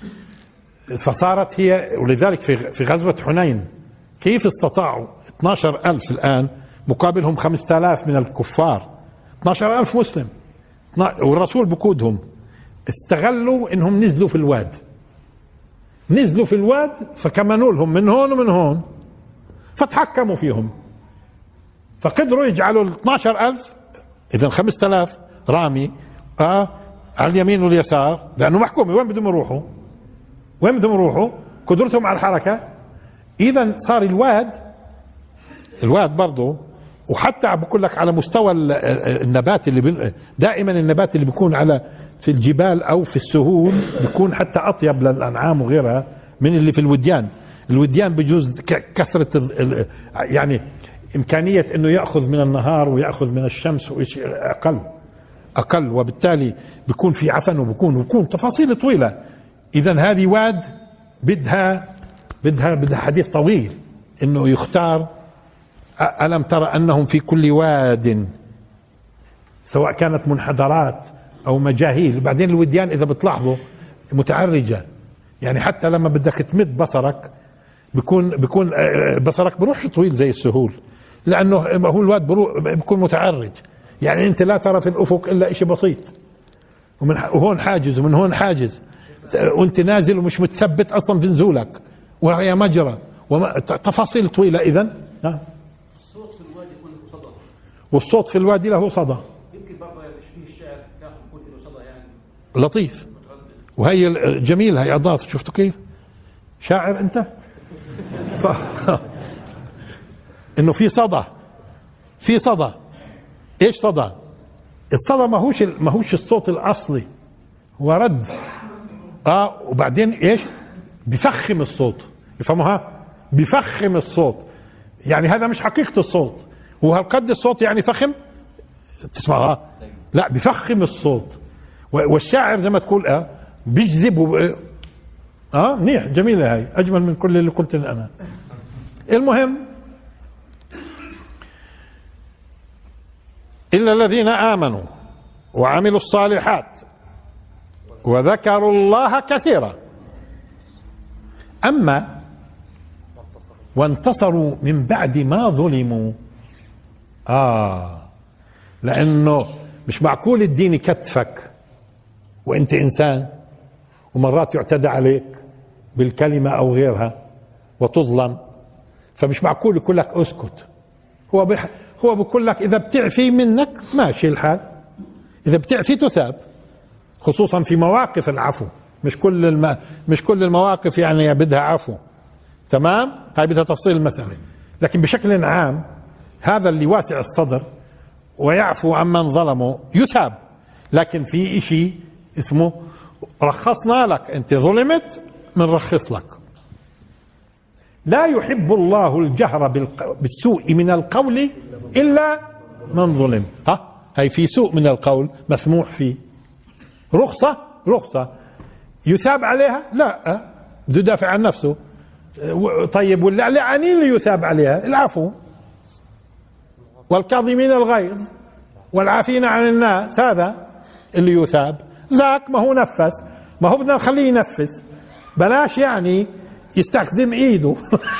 فصارت هي، ولذلك في في غزوه حنين كيف استطاعوا اثني عشر ألف الان مقابلهم خمسة آلاف من الكفار، اثني عشر ألف مسلم والرسول بقودهم، استغلوا انهم نزلوا في الواد، نزلوا في الواد فكمنوا لهم من هون ومن هون فتحكموا فيهم، فقدروا يجعلوا ال اثني عشر ألف اذا خمسة آلاف رامي آه على اليمين واليسار، لانه محكومه وين بدهم يروحوا؟ وين بدهم يروحوا؟ قدرتهم على الحركه. اذا صار الواد الواد برضه، وحتى بقول لك على مستوى النبات اللي دائما النبات اللي بيكون على في الجبال او في السهول بيكون حتى اطيب للانعام وغيرها من اللي في الوديان. الوديان بجوز كثره يعني امكانيه انه ياخذ من النهار وياخذ من الشمس وشيء اقل اقل وبالتالي بيكون في عفن وبكون وبكون تفاصيل طويله. اذا هذه واد بدها بدها بدها حديث طويل انه يختار. ألم ترى أنهم في كل واد، سواء كانت منحدرات أو مجاهيل. بعدين الوديان إذا بتلاحظوا متعرجة، يعني حتى لما بدك تمد بصرك بيكون بيكون بصرك بروحش طويل زي السهول، لأنه هو الواد بيكون متعرج، يعني أنت لا ترى في الأفق إلا إشي بسيط، ومن وهون حاجز ومن هون حاجز، وأنت نازل ومش متثبت أصلا في نزولك، وهي مجرى وتفاصيل طويلة. إذن نعم، والصوت في الوادي له صدى،
يمكن برضه يشبه الشعر تاخذ يكون له صدى يعني
لطيف. وهي جميل، هي اضاف، شفتوا كيف شاعر انت ف... انه في صدى، في صدى. ايش صدى؟ الصدى ما هوش ما هوش الصوت الاصلي، هو رد اه وبعدين ايش؟ بفخم الصوت، يفهموها؟ بفخم الصوت، يعني هذا مش حقيقة الصوت، هو هالقد الصوت يعني فخم تسمعها؟ لا، بفخم الصوت. والشاعر زي ما تقول اه بيجذب وب... اه منيح، جميلة هاي، اجمل من كل اللي قلت انا. المهم، إلا الذين آمنوا وعملوا الصالحات وذكروا الله كثيرا أما وانتصروا من بعد ما ظلموا. آه لأنه مش معقول الدين يكتفك وأنت إنسان ومرات يعتدى عليك بالكلمة أو غيرها وتظلم، فمش معقول يقول لك اسكت. هو بح هو بقول لك إذا بتعفي منك ماشي الحال، إذا بتعفي تثاب، خصوصا في مواقف العفو. مش كل الم... مش كل المواقف يعني بدها عفو، تمام؟ هاي بدها تفصيل المسألة، لكن بشكل عام هذا اللي واسع الصدر ويعفو عمن ظلمه يثاب. لكن في إشي اسمه رخصنا لك، أنت ظلمت منرخص لك. لا يحب الله الجهر بالسوء من القول إلا من ظلم. ها هي في سوء من القول مسموح فيه، رخصة رخصة يثاب عليها؟ لا، بده يدافع عن نفسه. طيب واللي عني اللي يثاب عليها العفو، والكاظمين الغيظ والعافين عن الناس، هذا اللي يثاب. ذاك ما هو نفس، ما هو بدنا نخليه ينفس، بلاش يعني يستخدم ايده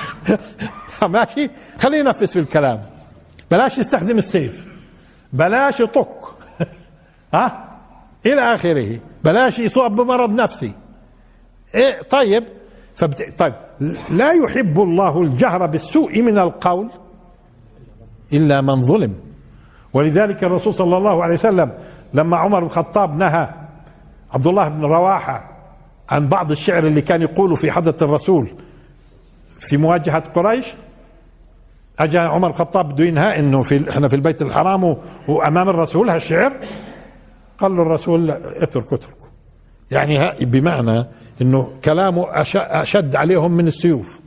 ماشي، خليه ينفس في الكلام، بلاش يستخدم السيف، بلاش يطق ها الى اخره، بلاش يصاب بمرض نفسي. إيه طيب فبت... طيب لا يحب الله الجهر بالسوء من القول الا من ظلم. ولذلك الرسول صلى الله عليه وسلم لما عمر بن الخطاب نهى عبد الله بن رواحه عن بعض الشعر اللي كان يقوله في حضرة الرسول في مواجهة قريش، اجى عمر الخطاب بده ينهى انه في احنا في البيت الحرام وامام الرسول هالشعر، قال له الرسول لا، اترك اترك، يعني بمعنى انه كلامه اشد عليهم من السيوف،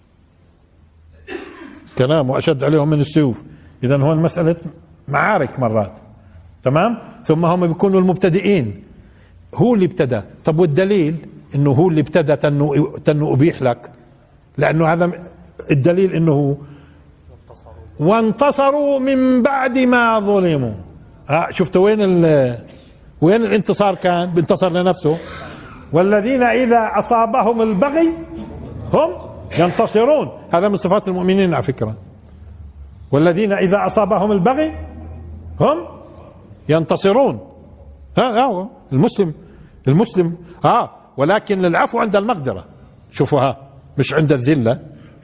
كلامه اشد عليهم من السيوف. اذا هو المسألة معارك مرات، تمام؟ ثم هم بيكونوا المبتدئين، هو اللي ابتدى. طب والدليل انه هو اللي ابتدى تنو تنو ابيح لك، لانه هذا الدليل انه وانتصروا من بعد ما ظلموا. ها شفتوا وين ال وين الانتصار؟ كان بينتصر لنفسه. والذين إذا أصابهم البغي هم ينتصرون، هذا من صفات المؤمنين على فكرة. والذين إذا أصابهم البغي هم ينتصرون. هذا هو المسلم. المسلم آه ولكن العفو عند المقدرة. شوفوها مش عند الذلة،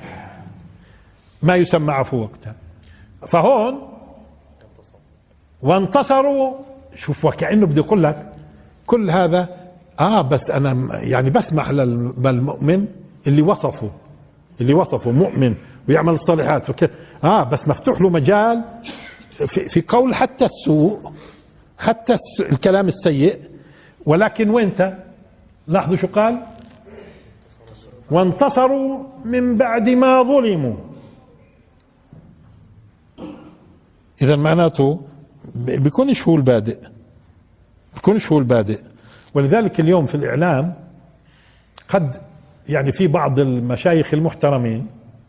ما يسمى عفو وقتها. فهون وانتصروا، شوف وكأنه بده يقول لك كل هذا اه بس انا يعني بسمح للمؤمن اللي وصفه اللي وصفه مؤمن ويعمل الصالحات وكذا، اه بس مفتوح له مجال في, في قول حتى السوء، حتى السوء الكلام السيء. ولكن وانت لاحظوا شو قال؟ وانتصروا من بعد ما ظلموا. اذا معناته بيكونش هو البادئ، بيكونش هو البادئ. ولذلك اليوم في الإعلام قد يعني في بعض المشايخ المحترمين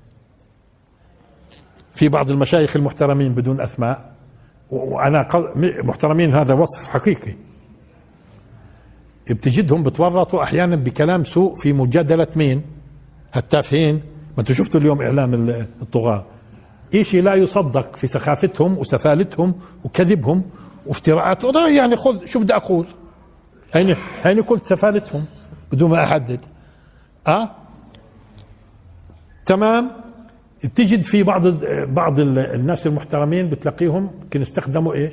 في بعض المشايخ المحترمين بدون أسماء، وأنا محترمين هذا وصف حقيقي، بتجدهم بتورطوا أحيانا بكلام سوء في مجادلة مين؟ التافهين. ما انتوا شفتوا اليوم إعلام الطغاة، إشي لا يصدق في سخافتهم وسفالتهم وكذبهم وافتراءاتهم. يعني خذ شو بدي أقول، هيني هيني قلت سفالتهم بدون ما أحدد. أه تمام. تجد في بعض بعض الناس المحترمين بتلاقيهم كن استخدموا ايش؟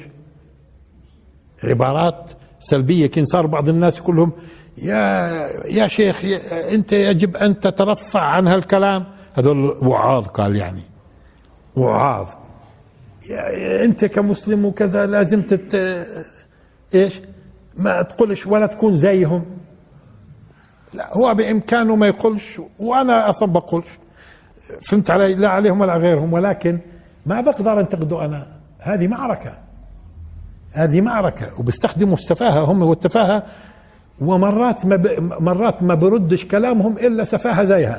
عبارات سلبية. كن صار بعض الناس كلهم يا يا شيخ يا انت يجب ان تترفع عن هالكلام. هذول وعاظ، قال يعني وعاظ، انت كمسلم وكذا لازم تت ايش ما تقولش ولا تكون زيهم. لا، هو بامكانه ما يقولش وانا اصلا بقولش، فهمت علي؟ لا عليهم ولا غيرهم، ولكن ما بقدر انتقده انا. هذه معركة، هذه معركة، وبيستخدموا السفاهة هم والتفاهة، ومرات ما ب... مرات ما بردش كلامهم الا سفاهة زيها،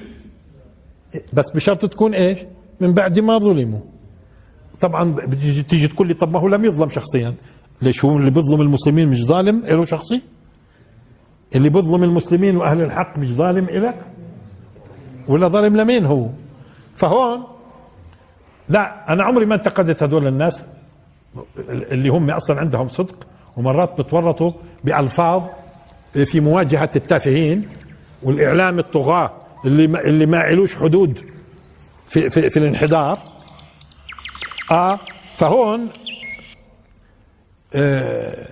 بس بشرط تكون ايش؟ من بعد ما ظلموا. طبعا تيجي تقول لي طب ما هو لم يظلم شخصيا. ليش؟ هو اللي بيظلم المسلمين مش ظالم له شخصي؟ اللي بيظلم المسلمين واهل الحق مش ظالم إلك؟ ولا ظالم لمين هو؟ فهون لا، انا عمري ما انتقدت هذول الناس اللي هم اصلا عندهم صدق، ومرات بتورطوا بألفاظ في مواجهة التافهين والاعلام الطغاة اللي ما اللي ما علوش حدود في في, في الانحدار. اه فهون آه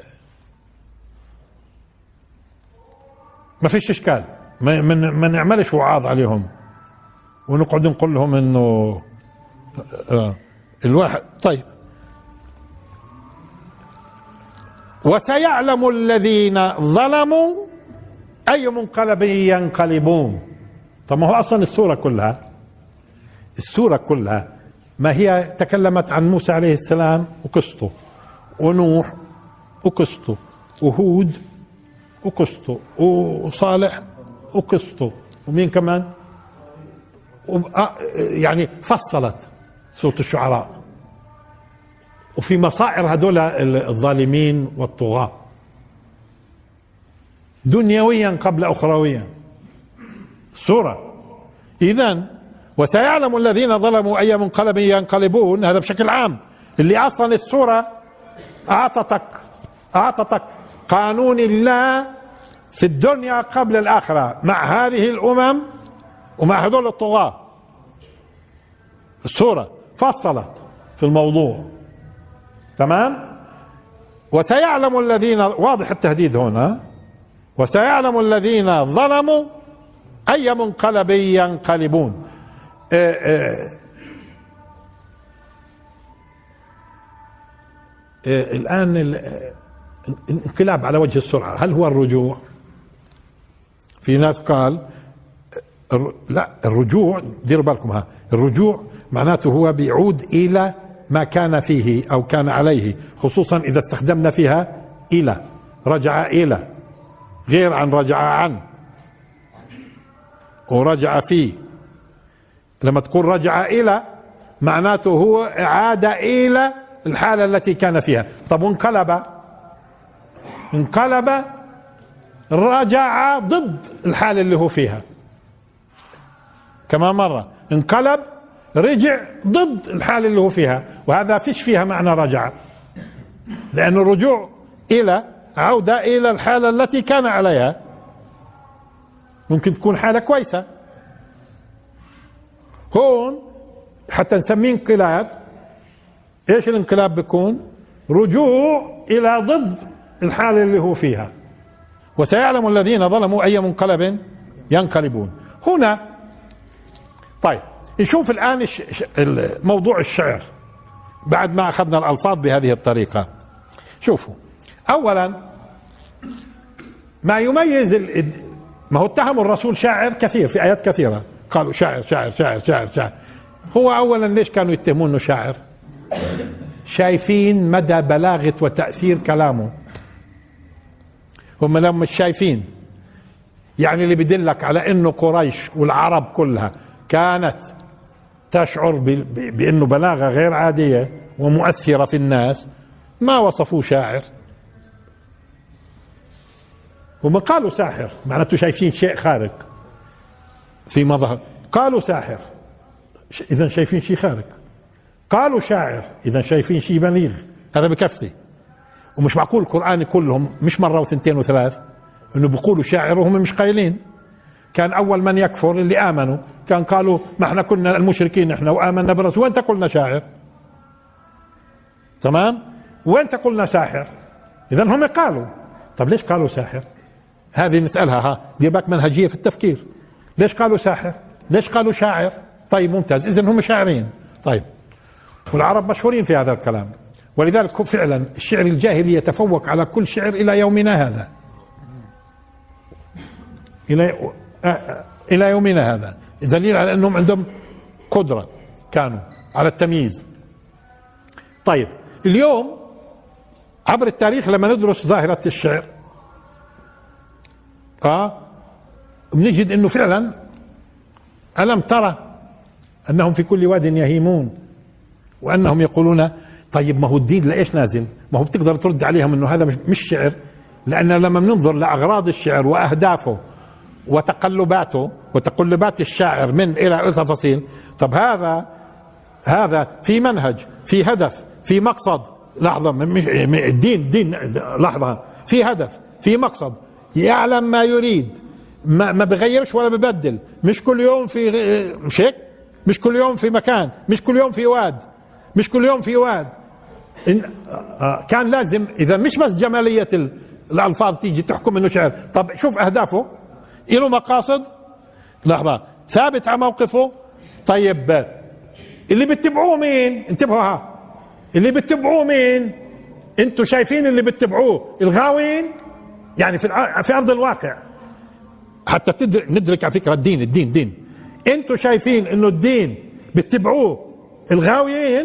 ما فيش اشكال، ما, ما نعملش وعاظ عليهم ونقعد نقول لهم انه آه الواحد. طيب، وسيعلم الذين ظلموا اي منقلب ينقلبون. طب ما هو اصلا السورة كلها السورة كلها ما هي تكلمت عن موسى عليه السلام وقصته، ونوح وقصته، وهود وقصته، وصالح وقصته، ومين كمان؟ يعني فصلت سورة الشعراء، وفي مصائر هذول الظالمين والطغاة دنيويا قبل أخرويا سورة. إذن وسيعلم الذين ظلموا أي منقلب ينقلبون، هذا بشكل عام اللي أصلا السورة أعطتك أعطتك قانون الله في الدنيا قبل الآخرة مع هذه الأمم ومع هذول الطغاة. السورة فصلت في الموضوع، تمام. وسيعلم الذين، واضح التهديد هنا، وسيعلم الذين ظلموا أي منقلب ينقلبون. إيه إيه إيه الآن الانقلاب على وجه السرعة هل هو الرجوع؟ في ناس قال لا، الرجوع ديروا بالكم، ها الرجوع معناته هو بيعود إلى ما كان فيه أو كان عليه، خصوصا إذا استخدمنا فيها إلى، رجع إلى غير عن رجع عن ورجع فيه. لما تقول رجع إلى معناته هو إعادة إلى الحالة التي كان فيها. طب وانقلب، انقلب رجع ضد الحالة اللي هو فيها. كمان مرة انقلب رجع ضد الحالة اللي هو فيها، وهذا فيش فيها معنى رجع، لأنه الرجوع إلى عودة إلى الحالة التي كان عليها ممكن تكون حالة كويسة. هون حتى نسميه انقلاب، ايش الانقلاب بيكون؟ رجوع إلى ضد الحالة اللي هو فيها. وسيعلم الذين ظلموا أي منقلب ينقلبون. هنا طيب نشوف الآن موضوع الشعر بعد ما أخذنا الألفاظ بهذه الطريقة. شوفوا، أولا ما يميز ال... ما هو اتهموا الرسول شاعر كثير في آيات كثيرة، قالوا شاعر شاعر شاعر شاعر شاعر. هو أولا ليش كانوا يتهمونه شاعر؟ شايفين مدى بلاغة وتأثير كلامه. هم لما مش شايفين، يعني اللي بدلك على انه قريش والعرب كلها كانت تشعر بانه بلاغة غير عادية ومؤثرة في الناس، ما وصفوه شاعر. هم قالوا ساحر، معناته شايفين شيء خارق في مظهر. قالوا ساحر، اذا شايفين شيء خارق. قالوا شاعر، اذا شايفين شيء بليغ. هذا بكفي. ومش معقول القرآن كلهم مش مرة وثنتين وثلاث انه بيقولوا شاعر وهم مش قايلين. كان اول من يكفر اللي امنوا، كان قالوا ما احنا كنا المشركين احنا وامنا بالرسول، وانت قلنا شاعر. تمام؟ وانت قلنا ساحر. اذا هم قالوا. طب ليش قالوا ساحر؟ هذه نسألها، ها دي باك منهجية في التفكير. ليش قالوا ساحر؟ ليش قالوا شاعر؟ طيب ممتاز، اذا هم شاعرين. طيب والعرب مشهورين في هذا الكلام، ولذلك فعلا الشعر الجاهلي يتفوق على كل شعر إلى يومنا هذا، إلى إلى يومنا هذا، دليل على أنهم عندهم قدرة كانوا على التمييز. طيب اليوم عبر التاريخ لما ندرس ظاهرة الشعر آه بنجد أنه فعلا ألم ترى أنهم في كل واد يهيمون وأنهم يقولون. طيب ما هو الدين لإيش نازل؟ ما هو بتقدر ترد عليهم أنه هذا مش شعر، لأن لما بننظر لأغراض الشعر وأهدافه وتقلباته وتقلبات الشاعر من إلى تفاصيل. طب هذا هذا في منهج، في هدف، في مقصد. لحظة، الدين دين لحظة، في هدف، في مقصد، يعلم ما يريد، ما, ما بغيرش ولا ببدل. مش كل يوم في مش هيك، مش كل يوم في مكان، مش كل يوم في واد، مش كل يوم في واد. إن كان لازم إذا مش بس جمالية الألفاظ تيجي تحكم إنه شعر. طب شوف أهدافه، له مقاصد. لحظة، ثابت على موقفه. طيب اللي بتتبعوه مين؟ انتبهوا، ها اللي بتتبعوه مين؟ انتوا شايفين اللي بتتبعوه الغاوين؟ يعني في في أرض الواقع حتى ندرك على فكرة الدين الدين دين. انتوا شايفين إنه الدين بتتبعوه الغاويين؟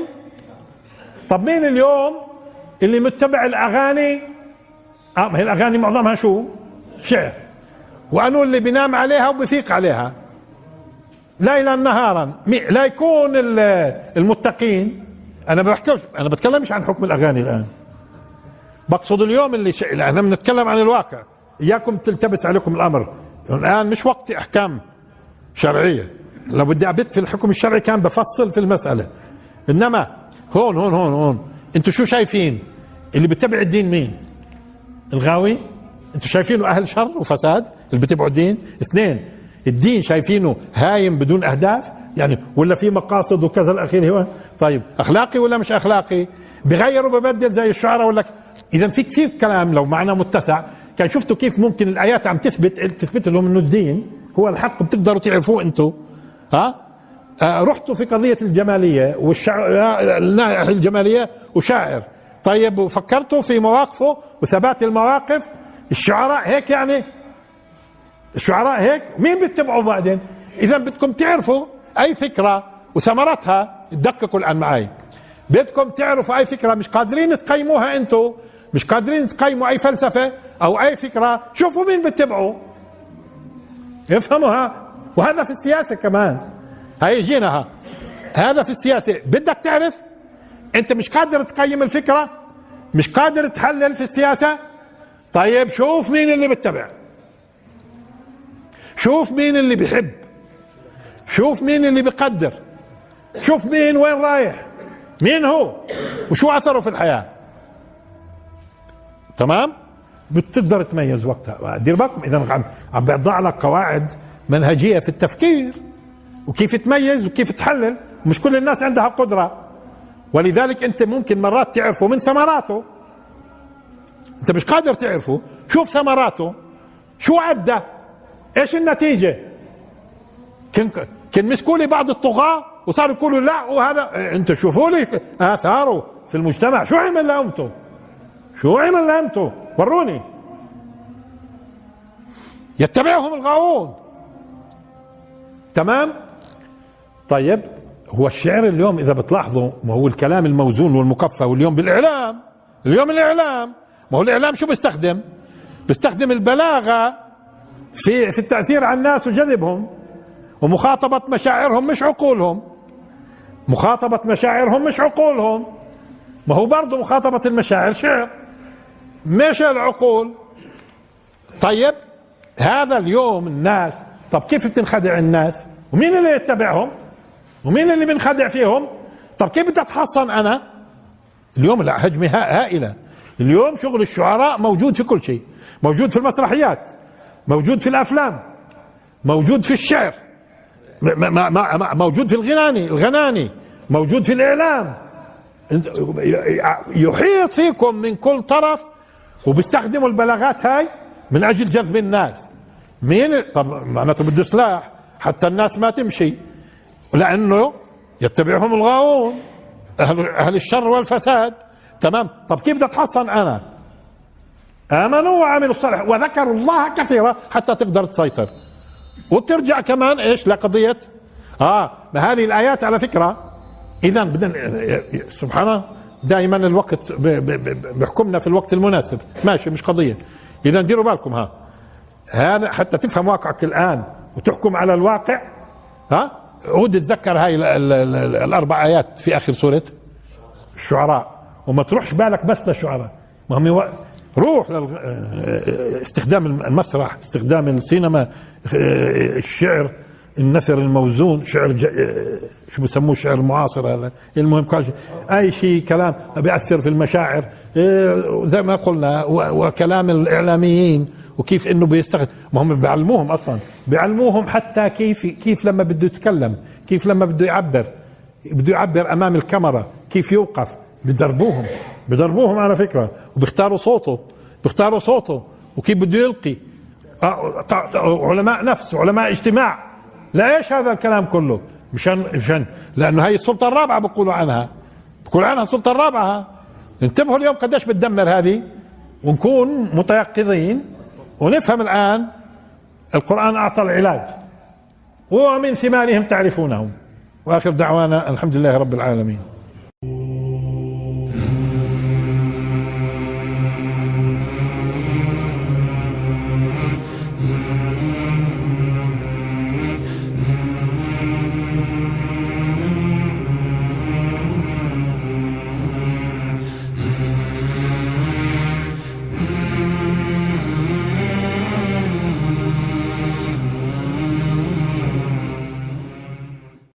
طب مين اليوم اللي متبع الأغاني؟ اه ما هي الأغاني معظمها شو؟ شعر. وأنو اللي بينام عليها وبثيق عليها ليلا نهارا. لا يكون المتقين. أنا بحكيش، أنا بتكلمش عن حكم الأغاني الآن، بقصد اليوم اللي ش... احنا بنتكلم عن الواقع. إياكم تلتبس عليكم الأمر الآن، مش وقت أحكام شرعية. لو بدي أبت في الحكم الشرعي كان بفصل في المسألة، إنما هون هون هون هون انتوا شو شايفين؟ اللي بتبع الدين مين؟ الغاوي؟ انتوا شايفينه اهل شر وفساد اللي بتبعوا الدين؟ اثنين، الدين شايفينه هايم بدون اهداف يعني، ولا في مقاصد وكذا الاخير. هو طيب اخلاقي ولا مش اخلاقي؟ بغير وببدل زي الشعراء ولا؟ اذا في كثير كلام لو معنى متسع. كان شفتوا كيف ممكن الايات عم تثبت تثبت لهم انه الدين هو الحق، بتقدروا تعرفوه انتوا. ها آه رحتوا في قضية الجمالية والشعر، الجمالية وشاعر. طيب وفكرتوا في مواقفه وثبات المواقف؟ الشعراء هيك يعني؟ الشعراء هيك؟ مين بتتبعوا بعدين؟ إذا بدكم تعرفوا أي فكرة وثمرتها، دققوا الآن معي. بدكم تعرفوا أي فكرة مش قادرين تقيموها أنتوا، مش قادرين تقيموا أي فلسفة أو أي فكرة، شوفوا مين بتتبعوا، افهموها. وهذا في السياسة كمان. هاي جيناها هذا في السياسة. بدك تعرف انت مش قادر تقيم الفكرة، مش قادر تحلل في السياسة. طيب شوف مين اللي بتتبع، شوف مين اللي بيحب، شوف مين اللي بيقدر، شوف مين وين رايح، مين هو وشو اثره في الحياة. تمام؟ بتقدر تميز وقتها. دير بالكم اذا عم عم بيضع لك قواعد منهجية في التفكير وكيف تميز وكيف تحلل. مش كل الناس عندها قدرة، ولذلك انت ممكن مرات تعرفه من ثمراته. انت مش قادر تعرفه، شوف ثمراته شو ادى، ايش النتيجة. كان كان مسكوا لي بعض الطغاة وصاروا يقولوا لا وهذا، انتوا شوفوا لي اثاره في المجتمع، شو عمل لأمته، شو عمل لأمته، وروني. يتبعهم الغاوون. تمام؟ طيب هو الشعر اليوم اذا بتلاحظوا، ما هو الكلام الموزون والمكفى، واليوم بالاعلام، اليوم الاعلام، ما هو الاعلام شو بيستخدم؟ بيستخدم البلاغه في في التاثير على الناس وجذبهم ومخاطبه مشاعرهم مش عقولهم، مخاطبه مشاعرهم مش عقولهم. ما هو برضه مخاطبه المشاعر شعر مش العقول. طيب هذا اليوم الناس، طب كيف بتنخدع الناس؟ ومين اللي يتبعهم؟ ومين اللي بنخدع فيهم؟ طب كيف بدي اتحصن انا؟ اليوم الهجمة هائلة. اليوم شغل الشعراء موجود في كل شيء، موجود في المسرحيات، موجود في الافلام، موجود في الشعر، موجود في الغناني الغناني موجود في الاعلام، يحيط فيكم من كل طرف، وبيستخدموا البلاغات هاي من اجل جذب الناس. مين؟ طب معناته بده سلاح حتى الناس ما تمشي، لانه يتبعهم الغاوون، اهل, أهل الشر والفساد. تمام؟ طب كيف بدي اتحصن انا؟ امنوا وعملوا الصالح وذكروا الله كثيرا حتى تقدر تسيطر. وترجع كمان ايش لقضيه اه ما هذه الايات على فكره. اذا بدنا سبحان الله دائما الوقت بيحكمنا في الوقت المناسب، ماشي مش قضيه. اذا ديروا بالكم ها، هذا حتى تفهم واقعك الان وتحكم على الواقع. ها عود تتذكر هاي ال ال ال الاربع ايات في اخر سوره الشعراء، وما تروحش بالك بس للشعراء. مهم روح استخدام المسرح، استخدام السينما، الشعر، النثر الموزون، شعر شو بسموه الشعر المعاصر هذا. المهم اي شيء كلام بيأثر في المشاعر زي ما قلنا، وكلام الاعلاميين وكيف انه بيستخدم. ما هم بيعلموهم اصلا، بيعلموهم حتى كيف كيف لما بده يتكلم، كيف لما بده يعبر، بده يعبر امام الكاميرا كيف يوقف. بدربوهم بدربوهم على فكره، وبيختاروا صوته بيختاروا صوته وكيف بده يلقي. علماء نفس، علماء اجتماع. ليش هذا الكلام كله؟ مشان مشان لانه هاي السلطه الرابعه بقولوا عنها، بقولوا عنها السلطه الرابعه. انتبهوا اليوم قديش بتدمر هذه، ونكون متيقظين ونفهم الان القرآن اعطى العلاج، ومن ثمارهم تعرفونهم. واخر دعوانا الحمد لله رب العالمين.